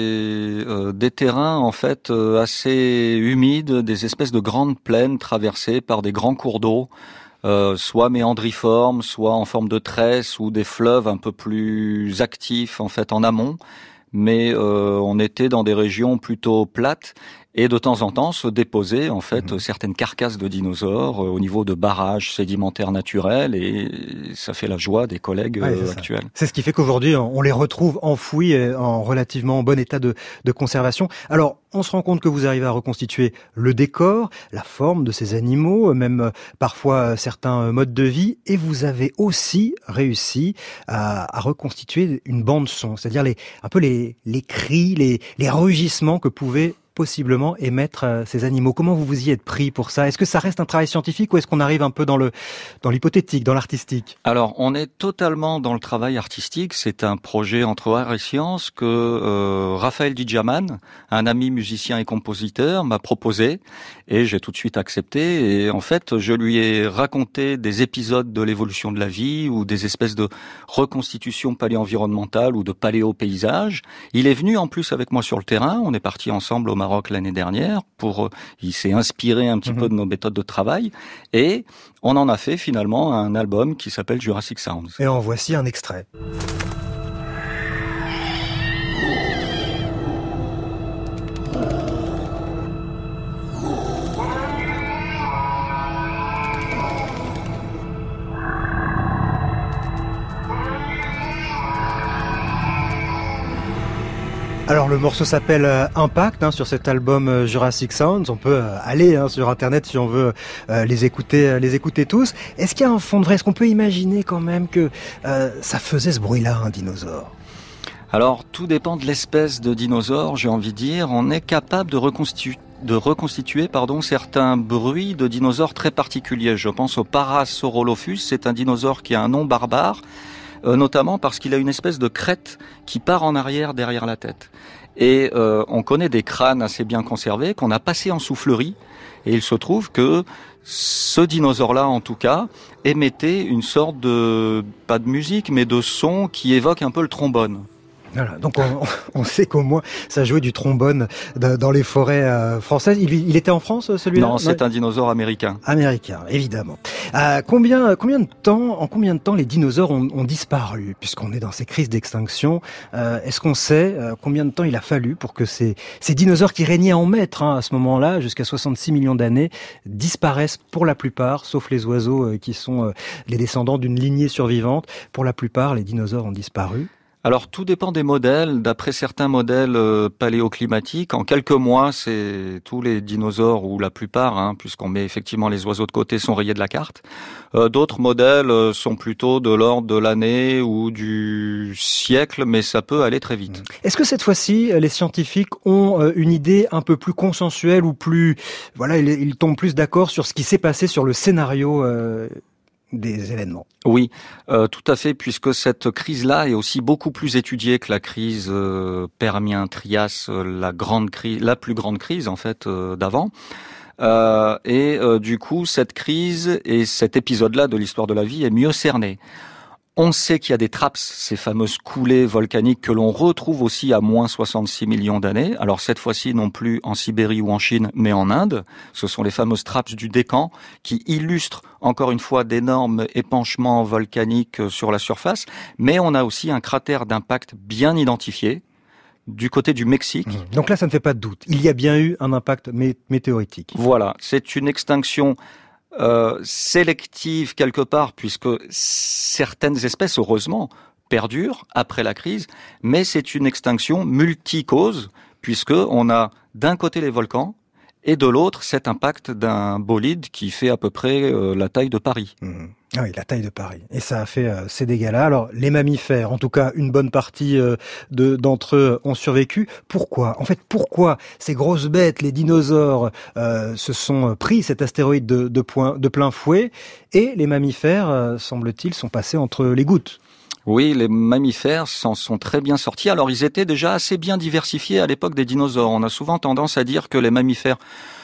des euh, des terrains en fait euh, assez humides, des espèces de grandes plaines traversées par des grands cours d'eau, euh, soit méandriformes, soit en forme de tresse, ou des fleuves un peu plus actifs en fait en amont. Mais euh, on était dans des régions plutôt plates. Et de temps en temps se déposaient en fait mmh. certaines carcasses de dinosaures euh, au niveau de barrages sédimentaires naturels, et ça fait la joie des collègues ouais, euh, actuels. C'est ce qui fait qu'aujourd'hui on les retrouve enfouis en relativement bon état de, de conservation. Alors on se rend compte que vous arrivez à reconstituer le décor, la forme de ces animaux, même parfois certains modes de vie, et vous avez aussi réussi à, à reconstituer une bande son, c'est-à-dire les un peu les les cris, les les rugissements que pouvaient possiblement émettre euh, ces animaux. Comment vous vous y êtes pris pour ça? Est-ce que ça reste un travail scientifique ou est-ce qu'on arrive un peu dans le dans l'hypothétique, dans l'artistique? Alors, on est totalement dans le travail artistique. C'est un projet entre art et science que euh, Raphaël Didjaman, un ami musicien et compositeur, m'a proposé, et j'ai tout de suite accepté. Et en fait, je lui ai raconté des épisodes de l'évolution de la vie ou des espèces de reconstitution paléo-environnementale ou de paléo-paysage. Il est venu en plus avec moi sur le terrain. On est parti ensemble au Maroc l'année dernière pour, il s'est inspiré un petit mmh. peu de nos méthodes de travail, et on en a fait finalement un album qui s'appelle Jurassic Sounds. Et en voici un extrait. Alors le morceau s'appelle euh, Impact, hein, sur cet album euh, Jurassic Sounds. On peut euh, aller hein, sur internet si on veut euh, les écouter, euh, les écouter tous. Est-ce qu'il y a un fond de vrai? Est-ce qu'on peut imaginer quand même que euh, ça faisait ce bruit-là, un dinosaure? Alors tout dépend de l'espèce de dinosaure, j'ai envie de dire. On est capable de reconstituer de reconstituer pardon, certains bruits de dinosaures très particuliers. Je pense au Parasaurolophus, c'est un dinosaure qui a un nom barbare, Euh, notamment parce qu'il a une espèce de crête qui part en arrière derrière la tête. Et euh, on connaît des crânes assez bien conservés qu'on a passés en soufflerie, et il se trouve que ce dinosaure-là, en tout cas, émettait une sorte de, pas de musique, mais de son qui évoque un peu le trombone. Voilà, donc on, on sait qu'au moins ça jouait du trombone dans les forêts euh, françaises. Il, il était en France, celui-là? Non, c'est ouais. un dinosaure américain. Américain, évidemment. Euh, combien, combien de temps, en combien de temps les dinosaures ont, ont disparu, puisqu'on est dans ces crises d'extinction? euh, Est-ce qu'on sait euh, combien de temps il a fallu pour que ces, ces dinosaures qui régnaient en maître hein, à ce moment-là, jusqu'à soixante-six millions d'années, disparaissent pour la plupart, sauf les oiseaux euh, qui sont euh, les descendants d'une lignée survivante. Pour la plupart, les dinosaures ont disparu. Alors tout dépend des modèles. D'après certains modèles euh, paléoclimatiques, en quelques mois, c'est tous les dinosaures, ou la plupart, hein, puisqu'on met effectivement les oiseaux de côté, sont rayés de la carte. Euh, d'autres modèles euh, sont plutôt de l'ordre de l'année ou du siècle, mais ça peut aller très vite. Est-ce que cette fois-ci, les scientifiques ont euh, une idée un peu plus consensuelle ou plus... Voilà, ils, ils tombent plus d'accord sur ce qui s'est passé sur le scénario euh des événements? Oui, euh, tout à fait, puisque cette crise-là est aussi beaucoup plus étudiée que la crise euh, Permien-Trias, euh, la grande crise, la plus grande crise en fait euh, d'avant. Euh, et euh, du coup, cette crise et cet épisode-là de l'histoire de la vie est mieux cerné. On sait qu'il y a des traps, ces fameuses coulées volcaniques que l'on retrouve aussi à moins soixante-six millions d'années. Alors cette fois-ci non plus en Sibérie ou en Chine, mais en Inde. Ce sont les fameuses traps du Décan qui illustrent encore une fois d'énormes épanchements volcaniques sur la surface. Mais on a aussi un cratère d'impact bien identifié du côté du Mexique. Mmh. Donc là, ça ne fait pas de doute. Il y a bien eu un impact mé- météoritique. Voilà, c'est une extinction Euh, sélective quelque part, puisque certaines espèces, heureusement, perdurent après la crise, mais c'est une extinction multicause, puisque on a d'un côté les volcans, et de l'autre cet impact d'un bolide qui fait à peu près euh, la taille de Paris. Mmh. Ah oui, la taille de Paris. Et ça a fait euh, ces dégâts-là. Alors, les mammifères, en tout cas, une bonne partie euh, de, d'entre eux ont survécu. Pourquoi? En fait, pourquoi ces grosses bêtes, les dinosaures, euh, se sont pris cet astéroïde de, de, point, de plein fouet, et les mammifères, euh, semble-t-il, sont passés entre les gouttes? Oui, les mammifères s'en sont très bien sortis. Alors, ils étaient déjà assez bien diversifiés à l'époque des dinosaures. On a souvent tendance à dire que les mammifères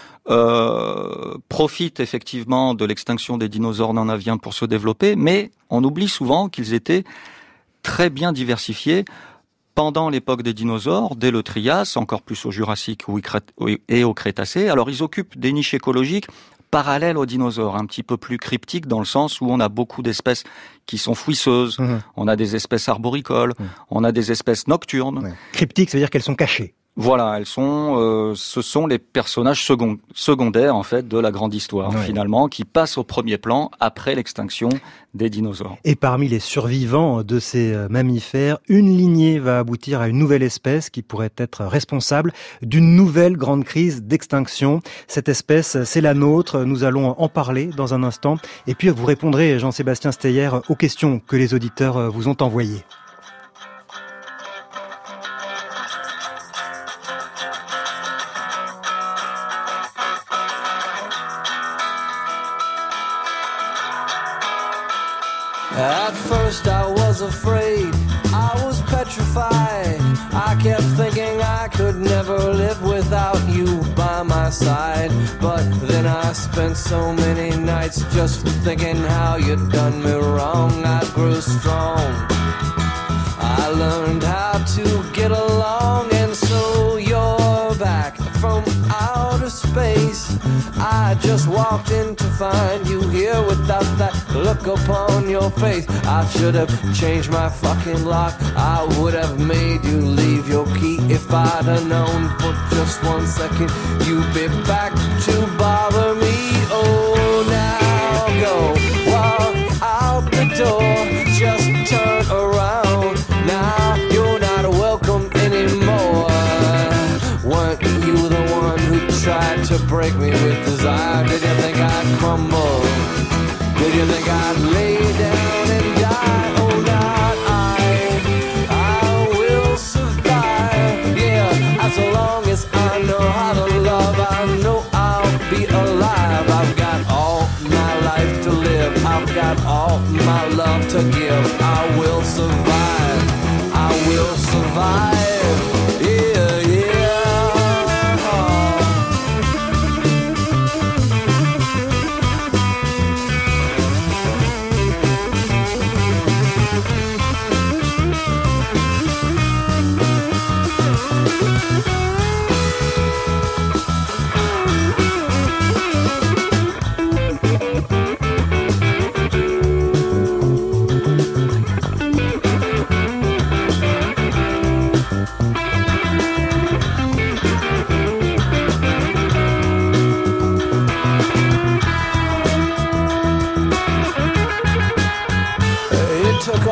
Euh, profitent effectivement de l'extinction des dinosaures non aviens pour se développer, mais on oublie souvent qu'ils étaient très bien diversifiés pendant l'époque des dinosaures, dès le Trias, encore plus au Jurassique et au Crétacé. Alors ils occupent des niches écologiques parallèles aux dinosaures, un petit peu plus cryptiques dans le sens où on a beaucoup d'espèces qui sont fouisseuses, mmh. on a des espèces arboricoles, mmh. on a des espèces nocturnes. Ouais. Cryptiques, ça veut dire qu'elles sont cachées. Voilà, elles sont, euh, ce sont les personnages second, secondaires en fait de la grande histoire oui. finalement, qui passent au premier plan après l'extinction des dinosaures. Et parmi les survivants de ces mammifères, une lignée va aboutir à une nouvelle espèce qui pourrait être responsable d'une nouvelle grande crise d'extinction. Cette espèce, c'est la nôtre. Nous allons en parler dans un instant. Et puis vous répondrez, Jean-Sébastien Steyer, aux questions que les auditeurs vous ont envoyées. At first I was afraid, I was petrified. I kept thinking I could never live without you by my side. But then I spent so many nights just thinking how you'd done me wrong. I grew strong, I learned how to get along. And so you're back from outer space. I just walked in to find you here without that look upon your face. I should have changed my fucking lock. I would have made you leave your key if I'd have known for just one second you'd be back to bother me. Oh, now go walk out the door, just turn around. Now you're not welcome anymore. Weren't you the one who tried to break me with desire? Did you think I'd crumble? Did you think I'd lay down and die? Oh, not I. I will survive. Yeah, as long as I know how to love, I know I'll be alive. I've got all my life to live. I've got all my love to give. I will survive. I will survive. Yeah, yeah.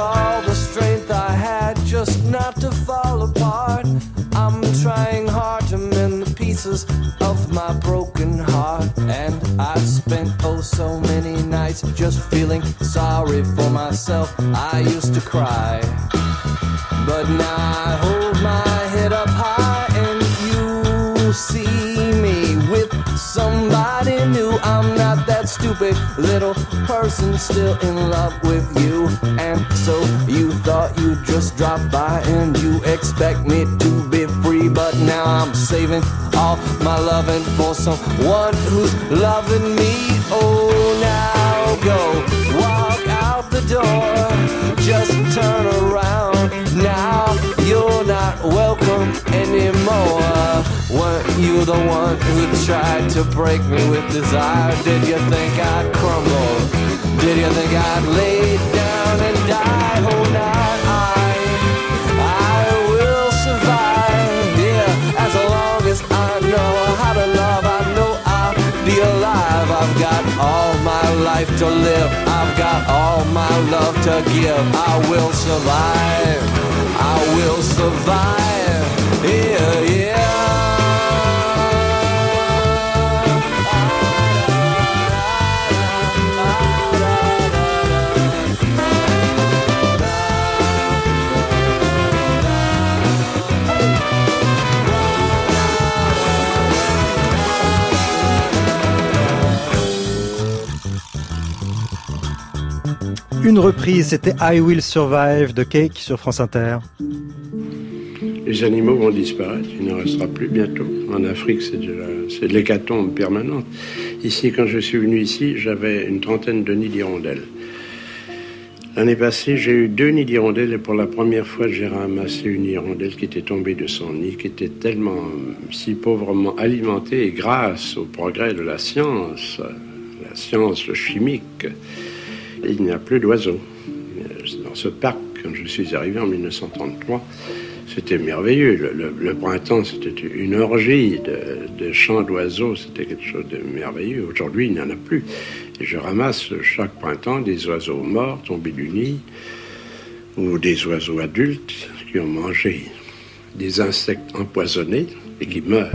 all the strength I had just not to fall apart. I'm trying hard to mend the pieces of my broken heart. And I've spent oh so many nights just feeling sorry for myself. I used to cry, but now I hold my head up high and you see me with somebody new. I'm not that stupid little person still in love with you. And so you thought you'd just drop by and you expect me to be free. But now I'm saving all my loving for someone who's loving me. Oh, now go walk out the door, just turn around. Now you're not welcome anymore. Weren't you the one who tried to break me with desire? Did you think I'd crumble? Did you think I'd lay down and die? Oh, now I, I will survive. Yeah, as long as I know how to love, I know I'll be alive. I've got all my life to live. I've got all my love to give. I will survive. I will survive. Yeah, yeah. Une reprise, c'était I Will Survive de Cake sur France Inter. Les animaux vont disparaître, il n'en restera plus bientôt. En Afrique, c'est de, la, c'est de l'hécatombe permanente. Ici, quand je suis venu ici, j'avais une trentaine de nids d'hirondelles. L'année passée, j'ai eu deux nids d'hirondelles et pour la première fois, j'ai ramassé une hirondelle qui était tombée de son nid, qui était tellement, si pauvrement alimentée et grâce au progrès de la science, la science chimique, il n'y a plus d'oiseaux. Dans ce parc, quand je suis arrivé en mille neuf cent trente-trois, c'était merveilleux. Le, le, le printemps, c'était une orgie de, de chants d'oiseaux. C'était quelque chose de merveilleux. Aujourd'hui, il n'y en a plus. Et je ramasse chaque printemps des oiseaux morts, tombés du nid, ou des oiseaux adultes qui ont mangé des insectes empoisonnés et qui meurent.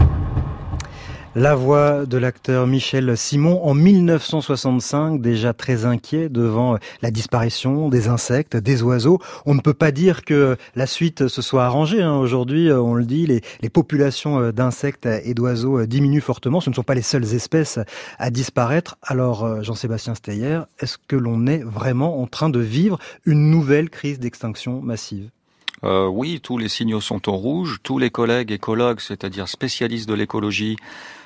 La voix de l'acteur Michel Simon en mille neuf cent soixante-cinq, déjà très inquiet devant la disparition des insectes, des oiseaux. On ne peut pas dire que la suite se soit arrangée. Hein. Aujourd'hui, on le dit, les, les populations d'insectes et d'oiseaux diminuent fortement. Ce ne sont pas les seules espèces à disparaître. Alors, Jean-Sébastien Steyer, est-ce que l'on est vraiment en train de vivre une nouvelle crise d'extinction massive ? Euh, oui, tous les signaux sont au rouge. Tous les collègues écologues, c'est-à-dire spécialistes de l'écologie,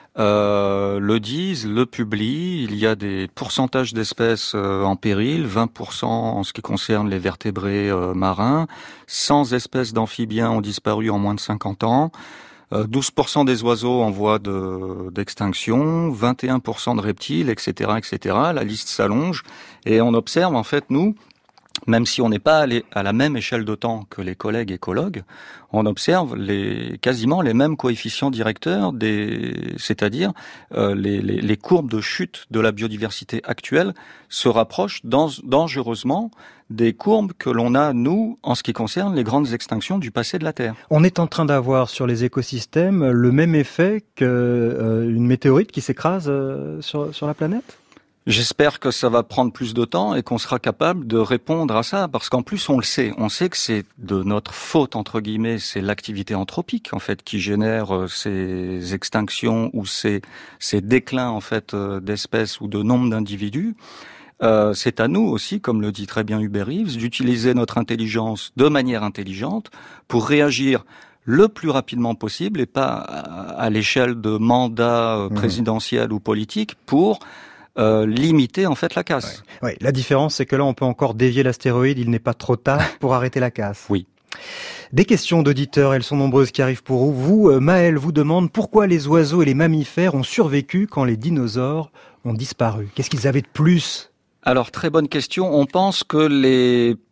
Euh, le disent, le publient. Il y a des pourcentages d'espèces euh, en péril, vingt pour cent en ce qui concerne les vertébrés euh, marins, cent espèces d'amphibiens ont disparu en moins de cinquante ans, euh, douze pour cent des oiseaux en voie de, d'extinction, vingt et un pour cent de reptiles, et cetera, et cetera. La liste s'allonge et on observe en fait, nous, même si on n'est pas allé à la même échelle de temps que les collègues écologues, on observe les, quasiment les mêmes coefficients directeurs, des, c'est-à-dire euh, les, les, les courbes de chute de la biodiversité actuelle se rapprochent dans, dangereusement des courbes que l'on a, nous, en ce qui concerne les grandes extinctions du passé de la Terre. On est en train d'avoir sur les écosystèmes le même effet qu'une euh, météorite qui s'écrase euh, sur, sur la planète ? J'espère que ça va prendre plus de temps et qu'on sera capable de répondre à ça, parce qu'en plus on le sait, on sait que c'est de notre faute entre guillemets, c'est l'activité anthropique en fait qui génère ces extinctions ou ces ces déclins en fait d'espèces ou de nombre d'individus. Euh, c'est à nous aussi, comme le dit très bien Hubert Reeves, d'utiliser notre intelligence de manière intelligente pour réagir le plus rapidement possible et pas à, à l'échelle de mandats présidentiels mmh. ou politiques pour Euh, limiter en fait la casse. Ouais. Ouais. La différence, c'est que là, on peut encore dévier l'astéroïde. Il n'est pas trop tard pour arrêter la casse. Oui. Des questions d'auditeurs, elles sont nombreuses qui arrivent pour vous. Vous, Maël, vous demande pourquoi les oiseaux et les mammifères ont survécu quand les dinosaures ont disparu. Qu'est-ce qu'ils avaient de plus ? Alors, très bonne question. On pense que les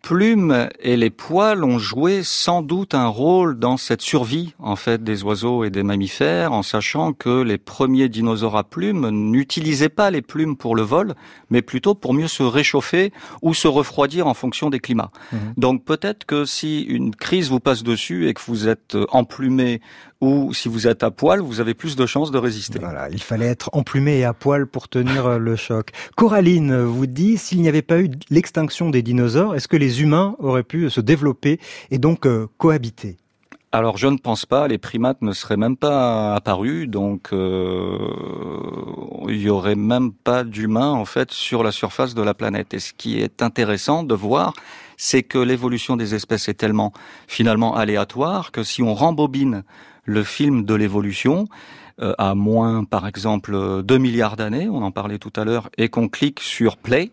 plumes et les poils ont joué sans doute un rôle dans cette survie en fait des oiseaux et des mammifères, en sachant que les premiers dinosaures à plumes n'utilisaient pas les plumes pour le vol, mais plutôt pour mieux se réchauffer ou se refroidir en fonction des climats. Mmh. Donc peut-être que si une crise vous passe dessus et que vous êtes emplumé ou si vous êtes à poil, vous avez plus de chances de résister. Voilà, il fallait être emplumé et à poil pour tenir le choc. Coraline vous dit, s'il n'y avait pas eu l'extinction des dinosaures, est-ce que les humains auraient pu se développer et donc euh, cohabiter ? Alors je ne pense pas, les primates ne seraient même pas apparus, donc euh, il y aurait même pas d'humains en fait sur la surface de la planète. Et ce qui est intéressant de voir, c'est que l'évolution des espèces est tellement finalement aléatoire que si on rembobine le film de l'évolution euh, à moins par exemple deux milliards d'années, on en parlait tout à l'heure, et qu'on clique sur play,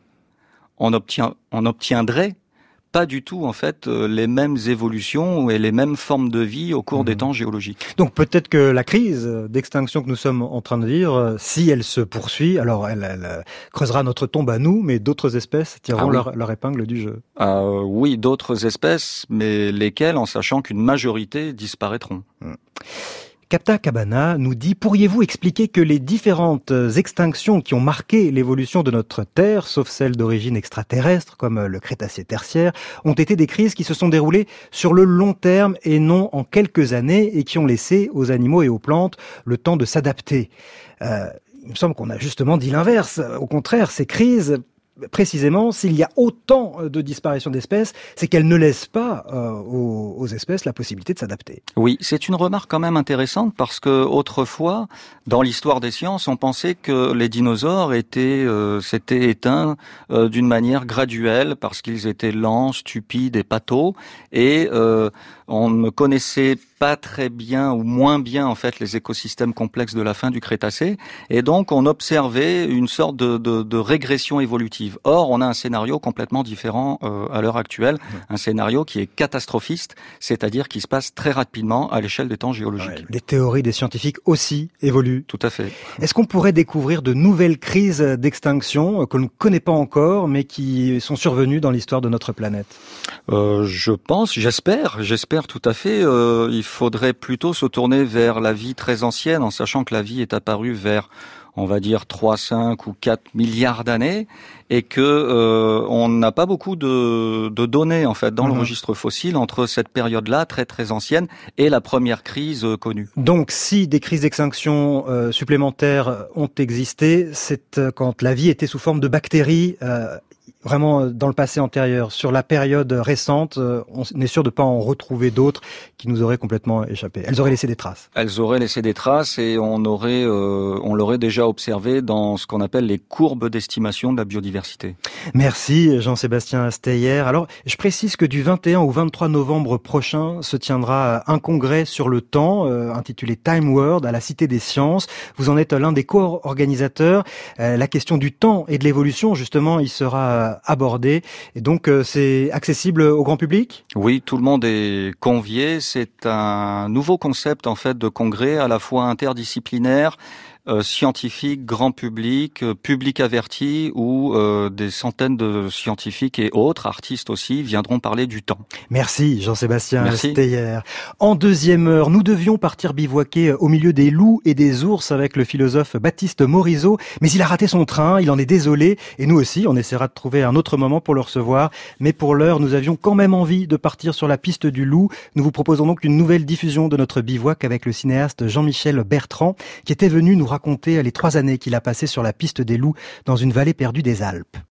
on obtient, on obtiendrait pas du tout en fait les mêmes évolutions et les mêmes formes de vie au cours mmh. des temps géologiques. Donc peut-être que la crise d'extinction que nous sommes en train de vivre, si elle se poursuit, alors elle, elle creusera notre tombe à nous, mais d'autres espèces tireront ah oui. leur, leur épingle du jeu. Euh, oui, d'autres espèces, mais lesquelles en sachant qu'une majorité disparaîtront. Mmh. Capta Cabana nous dit, pourriez-vous expliquer que les différentes extinctions qui ont marqué l'évolution de notre Terre, sauf celles d'origine extraterrestre, comme le Crétacé tertiaire, ont été des crises qui se sont déroulées sur le long terme et non en quelques années et qui ont laissé aux animaux et aux plantes le temps de s'adapter. Euh, il me semble qu'on a justement dit l'inverse. Au contraire, ces crises, précisément, s'il y a autant de disparitions d'espèces, c'est qu'elles ne laissent pas euh, aux, aux espèces la possibilité de s'adapter. Oui, c'est une remarque quand même intéressante parce que autrefois, dans l'histoire des sciences, on pensait que les dinosaures étaient euh, s'étaient éteints euh, d'une manière graduelle parce qu'ils étaient lents, stupides et pâteaux, et euh, on ne connaissait pas très bien ou moins bien en fait les écosystèmes complexes de la fin du Crétacé, et donc on observait une sorte de, de, de régression évolutive. Or, on a un scénario complètement différent euh, à l'heure actuelle, un scénario qui est catastrophiste, c'est-à-dire qui se passe très rapidement à l'échelle des temps géologiques. Ouais, les théories des scientifiques aussi évoluent. Tout à fait. Est-ce qu'on pourrait découvrir de nouvelles crises d'extinction que l'on ne connaît pas encore, mais qui sont survenues dans l'histoire de notre planète ? euh, Je pense, j'espère, j'espère tout à fait. Euh, il faudrait plutôt se tourner vers la vie très ancienne, en sachant que la vie est apparue vers, on va dire, trois, cinq ou quatre milliards d'années, et que euh, on n'a pas beaucoup de, de données en fait dans mmh. le registre fossile entre cette période-là, très très ancienne, et la première crise euh, connue. Donc, si des crises d'extinction euh, supplémentaires ont existé, c'est euh, quand la vie était sous forme de bactéries. Euh, Vraiment dans le passé antérieur, sur la période récente, on est sûr de ne pas en retrouver d'autres qui nous auraient complètement échappé. Elles auraient laissé des traces. Elles auraient laissé des traces et on aurait, euh, on l'aurait déjà observé dans ce qu'on appelle les courbes d'estimation de la biodiversité. Merci Jean-Sébastien Steyer. Alors, je précise que du vingt et un au vingt-trois novembre prochain se tiendra un congrès sur le temps euh, intitulé Time World à la Cité des Sciences. Vous en êtes l'un des co-organisateurs. Euh, la question du temps et de l'évolution, justement, il sera abordé. Et donc, euh, c'est accessible au grand public ? Oui, tout le monde est convié. C'est un nouveau concept, en fait, de congrès à la fois interdisciplinaire, Euh, scientifiques, grand public, euh, public averti, où euh, des centaines de scientifiques et autres, artistes aussi, viendront parler du temps. Merci Jean-Sébastien Steyer. En deuxième heure, nous devions partir bivouaquer au milieu des loups et des ours avec le philosophe Baptiste Morisot, mais il a raté son train, il en est désolé, et nous aussi, on essaiera de trouver un autre moment pour le recevoir, mais pour l'heure, nous avions quand même envie de partir sur la piste du loup. Nous vous proposons donc une nouvelle diffusion de notre bivouac avec le cinéaste Jean-Michel Bertrand, qui était venu nous raconter les trois années qu'il a passées sur la piste des loups dans une vallée perdue des Alpes.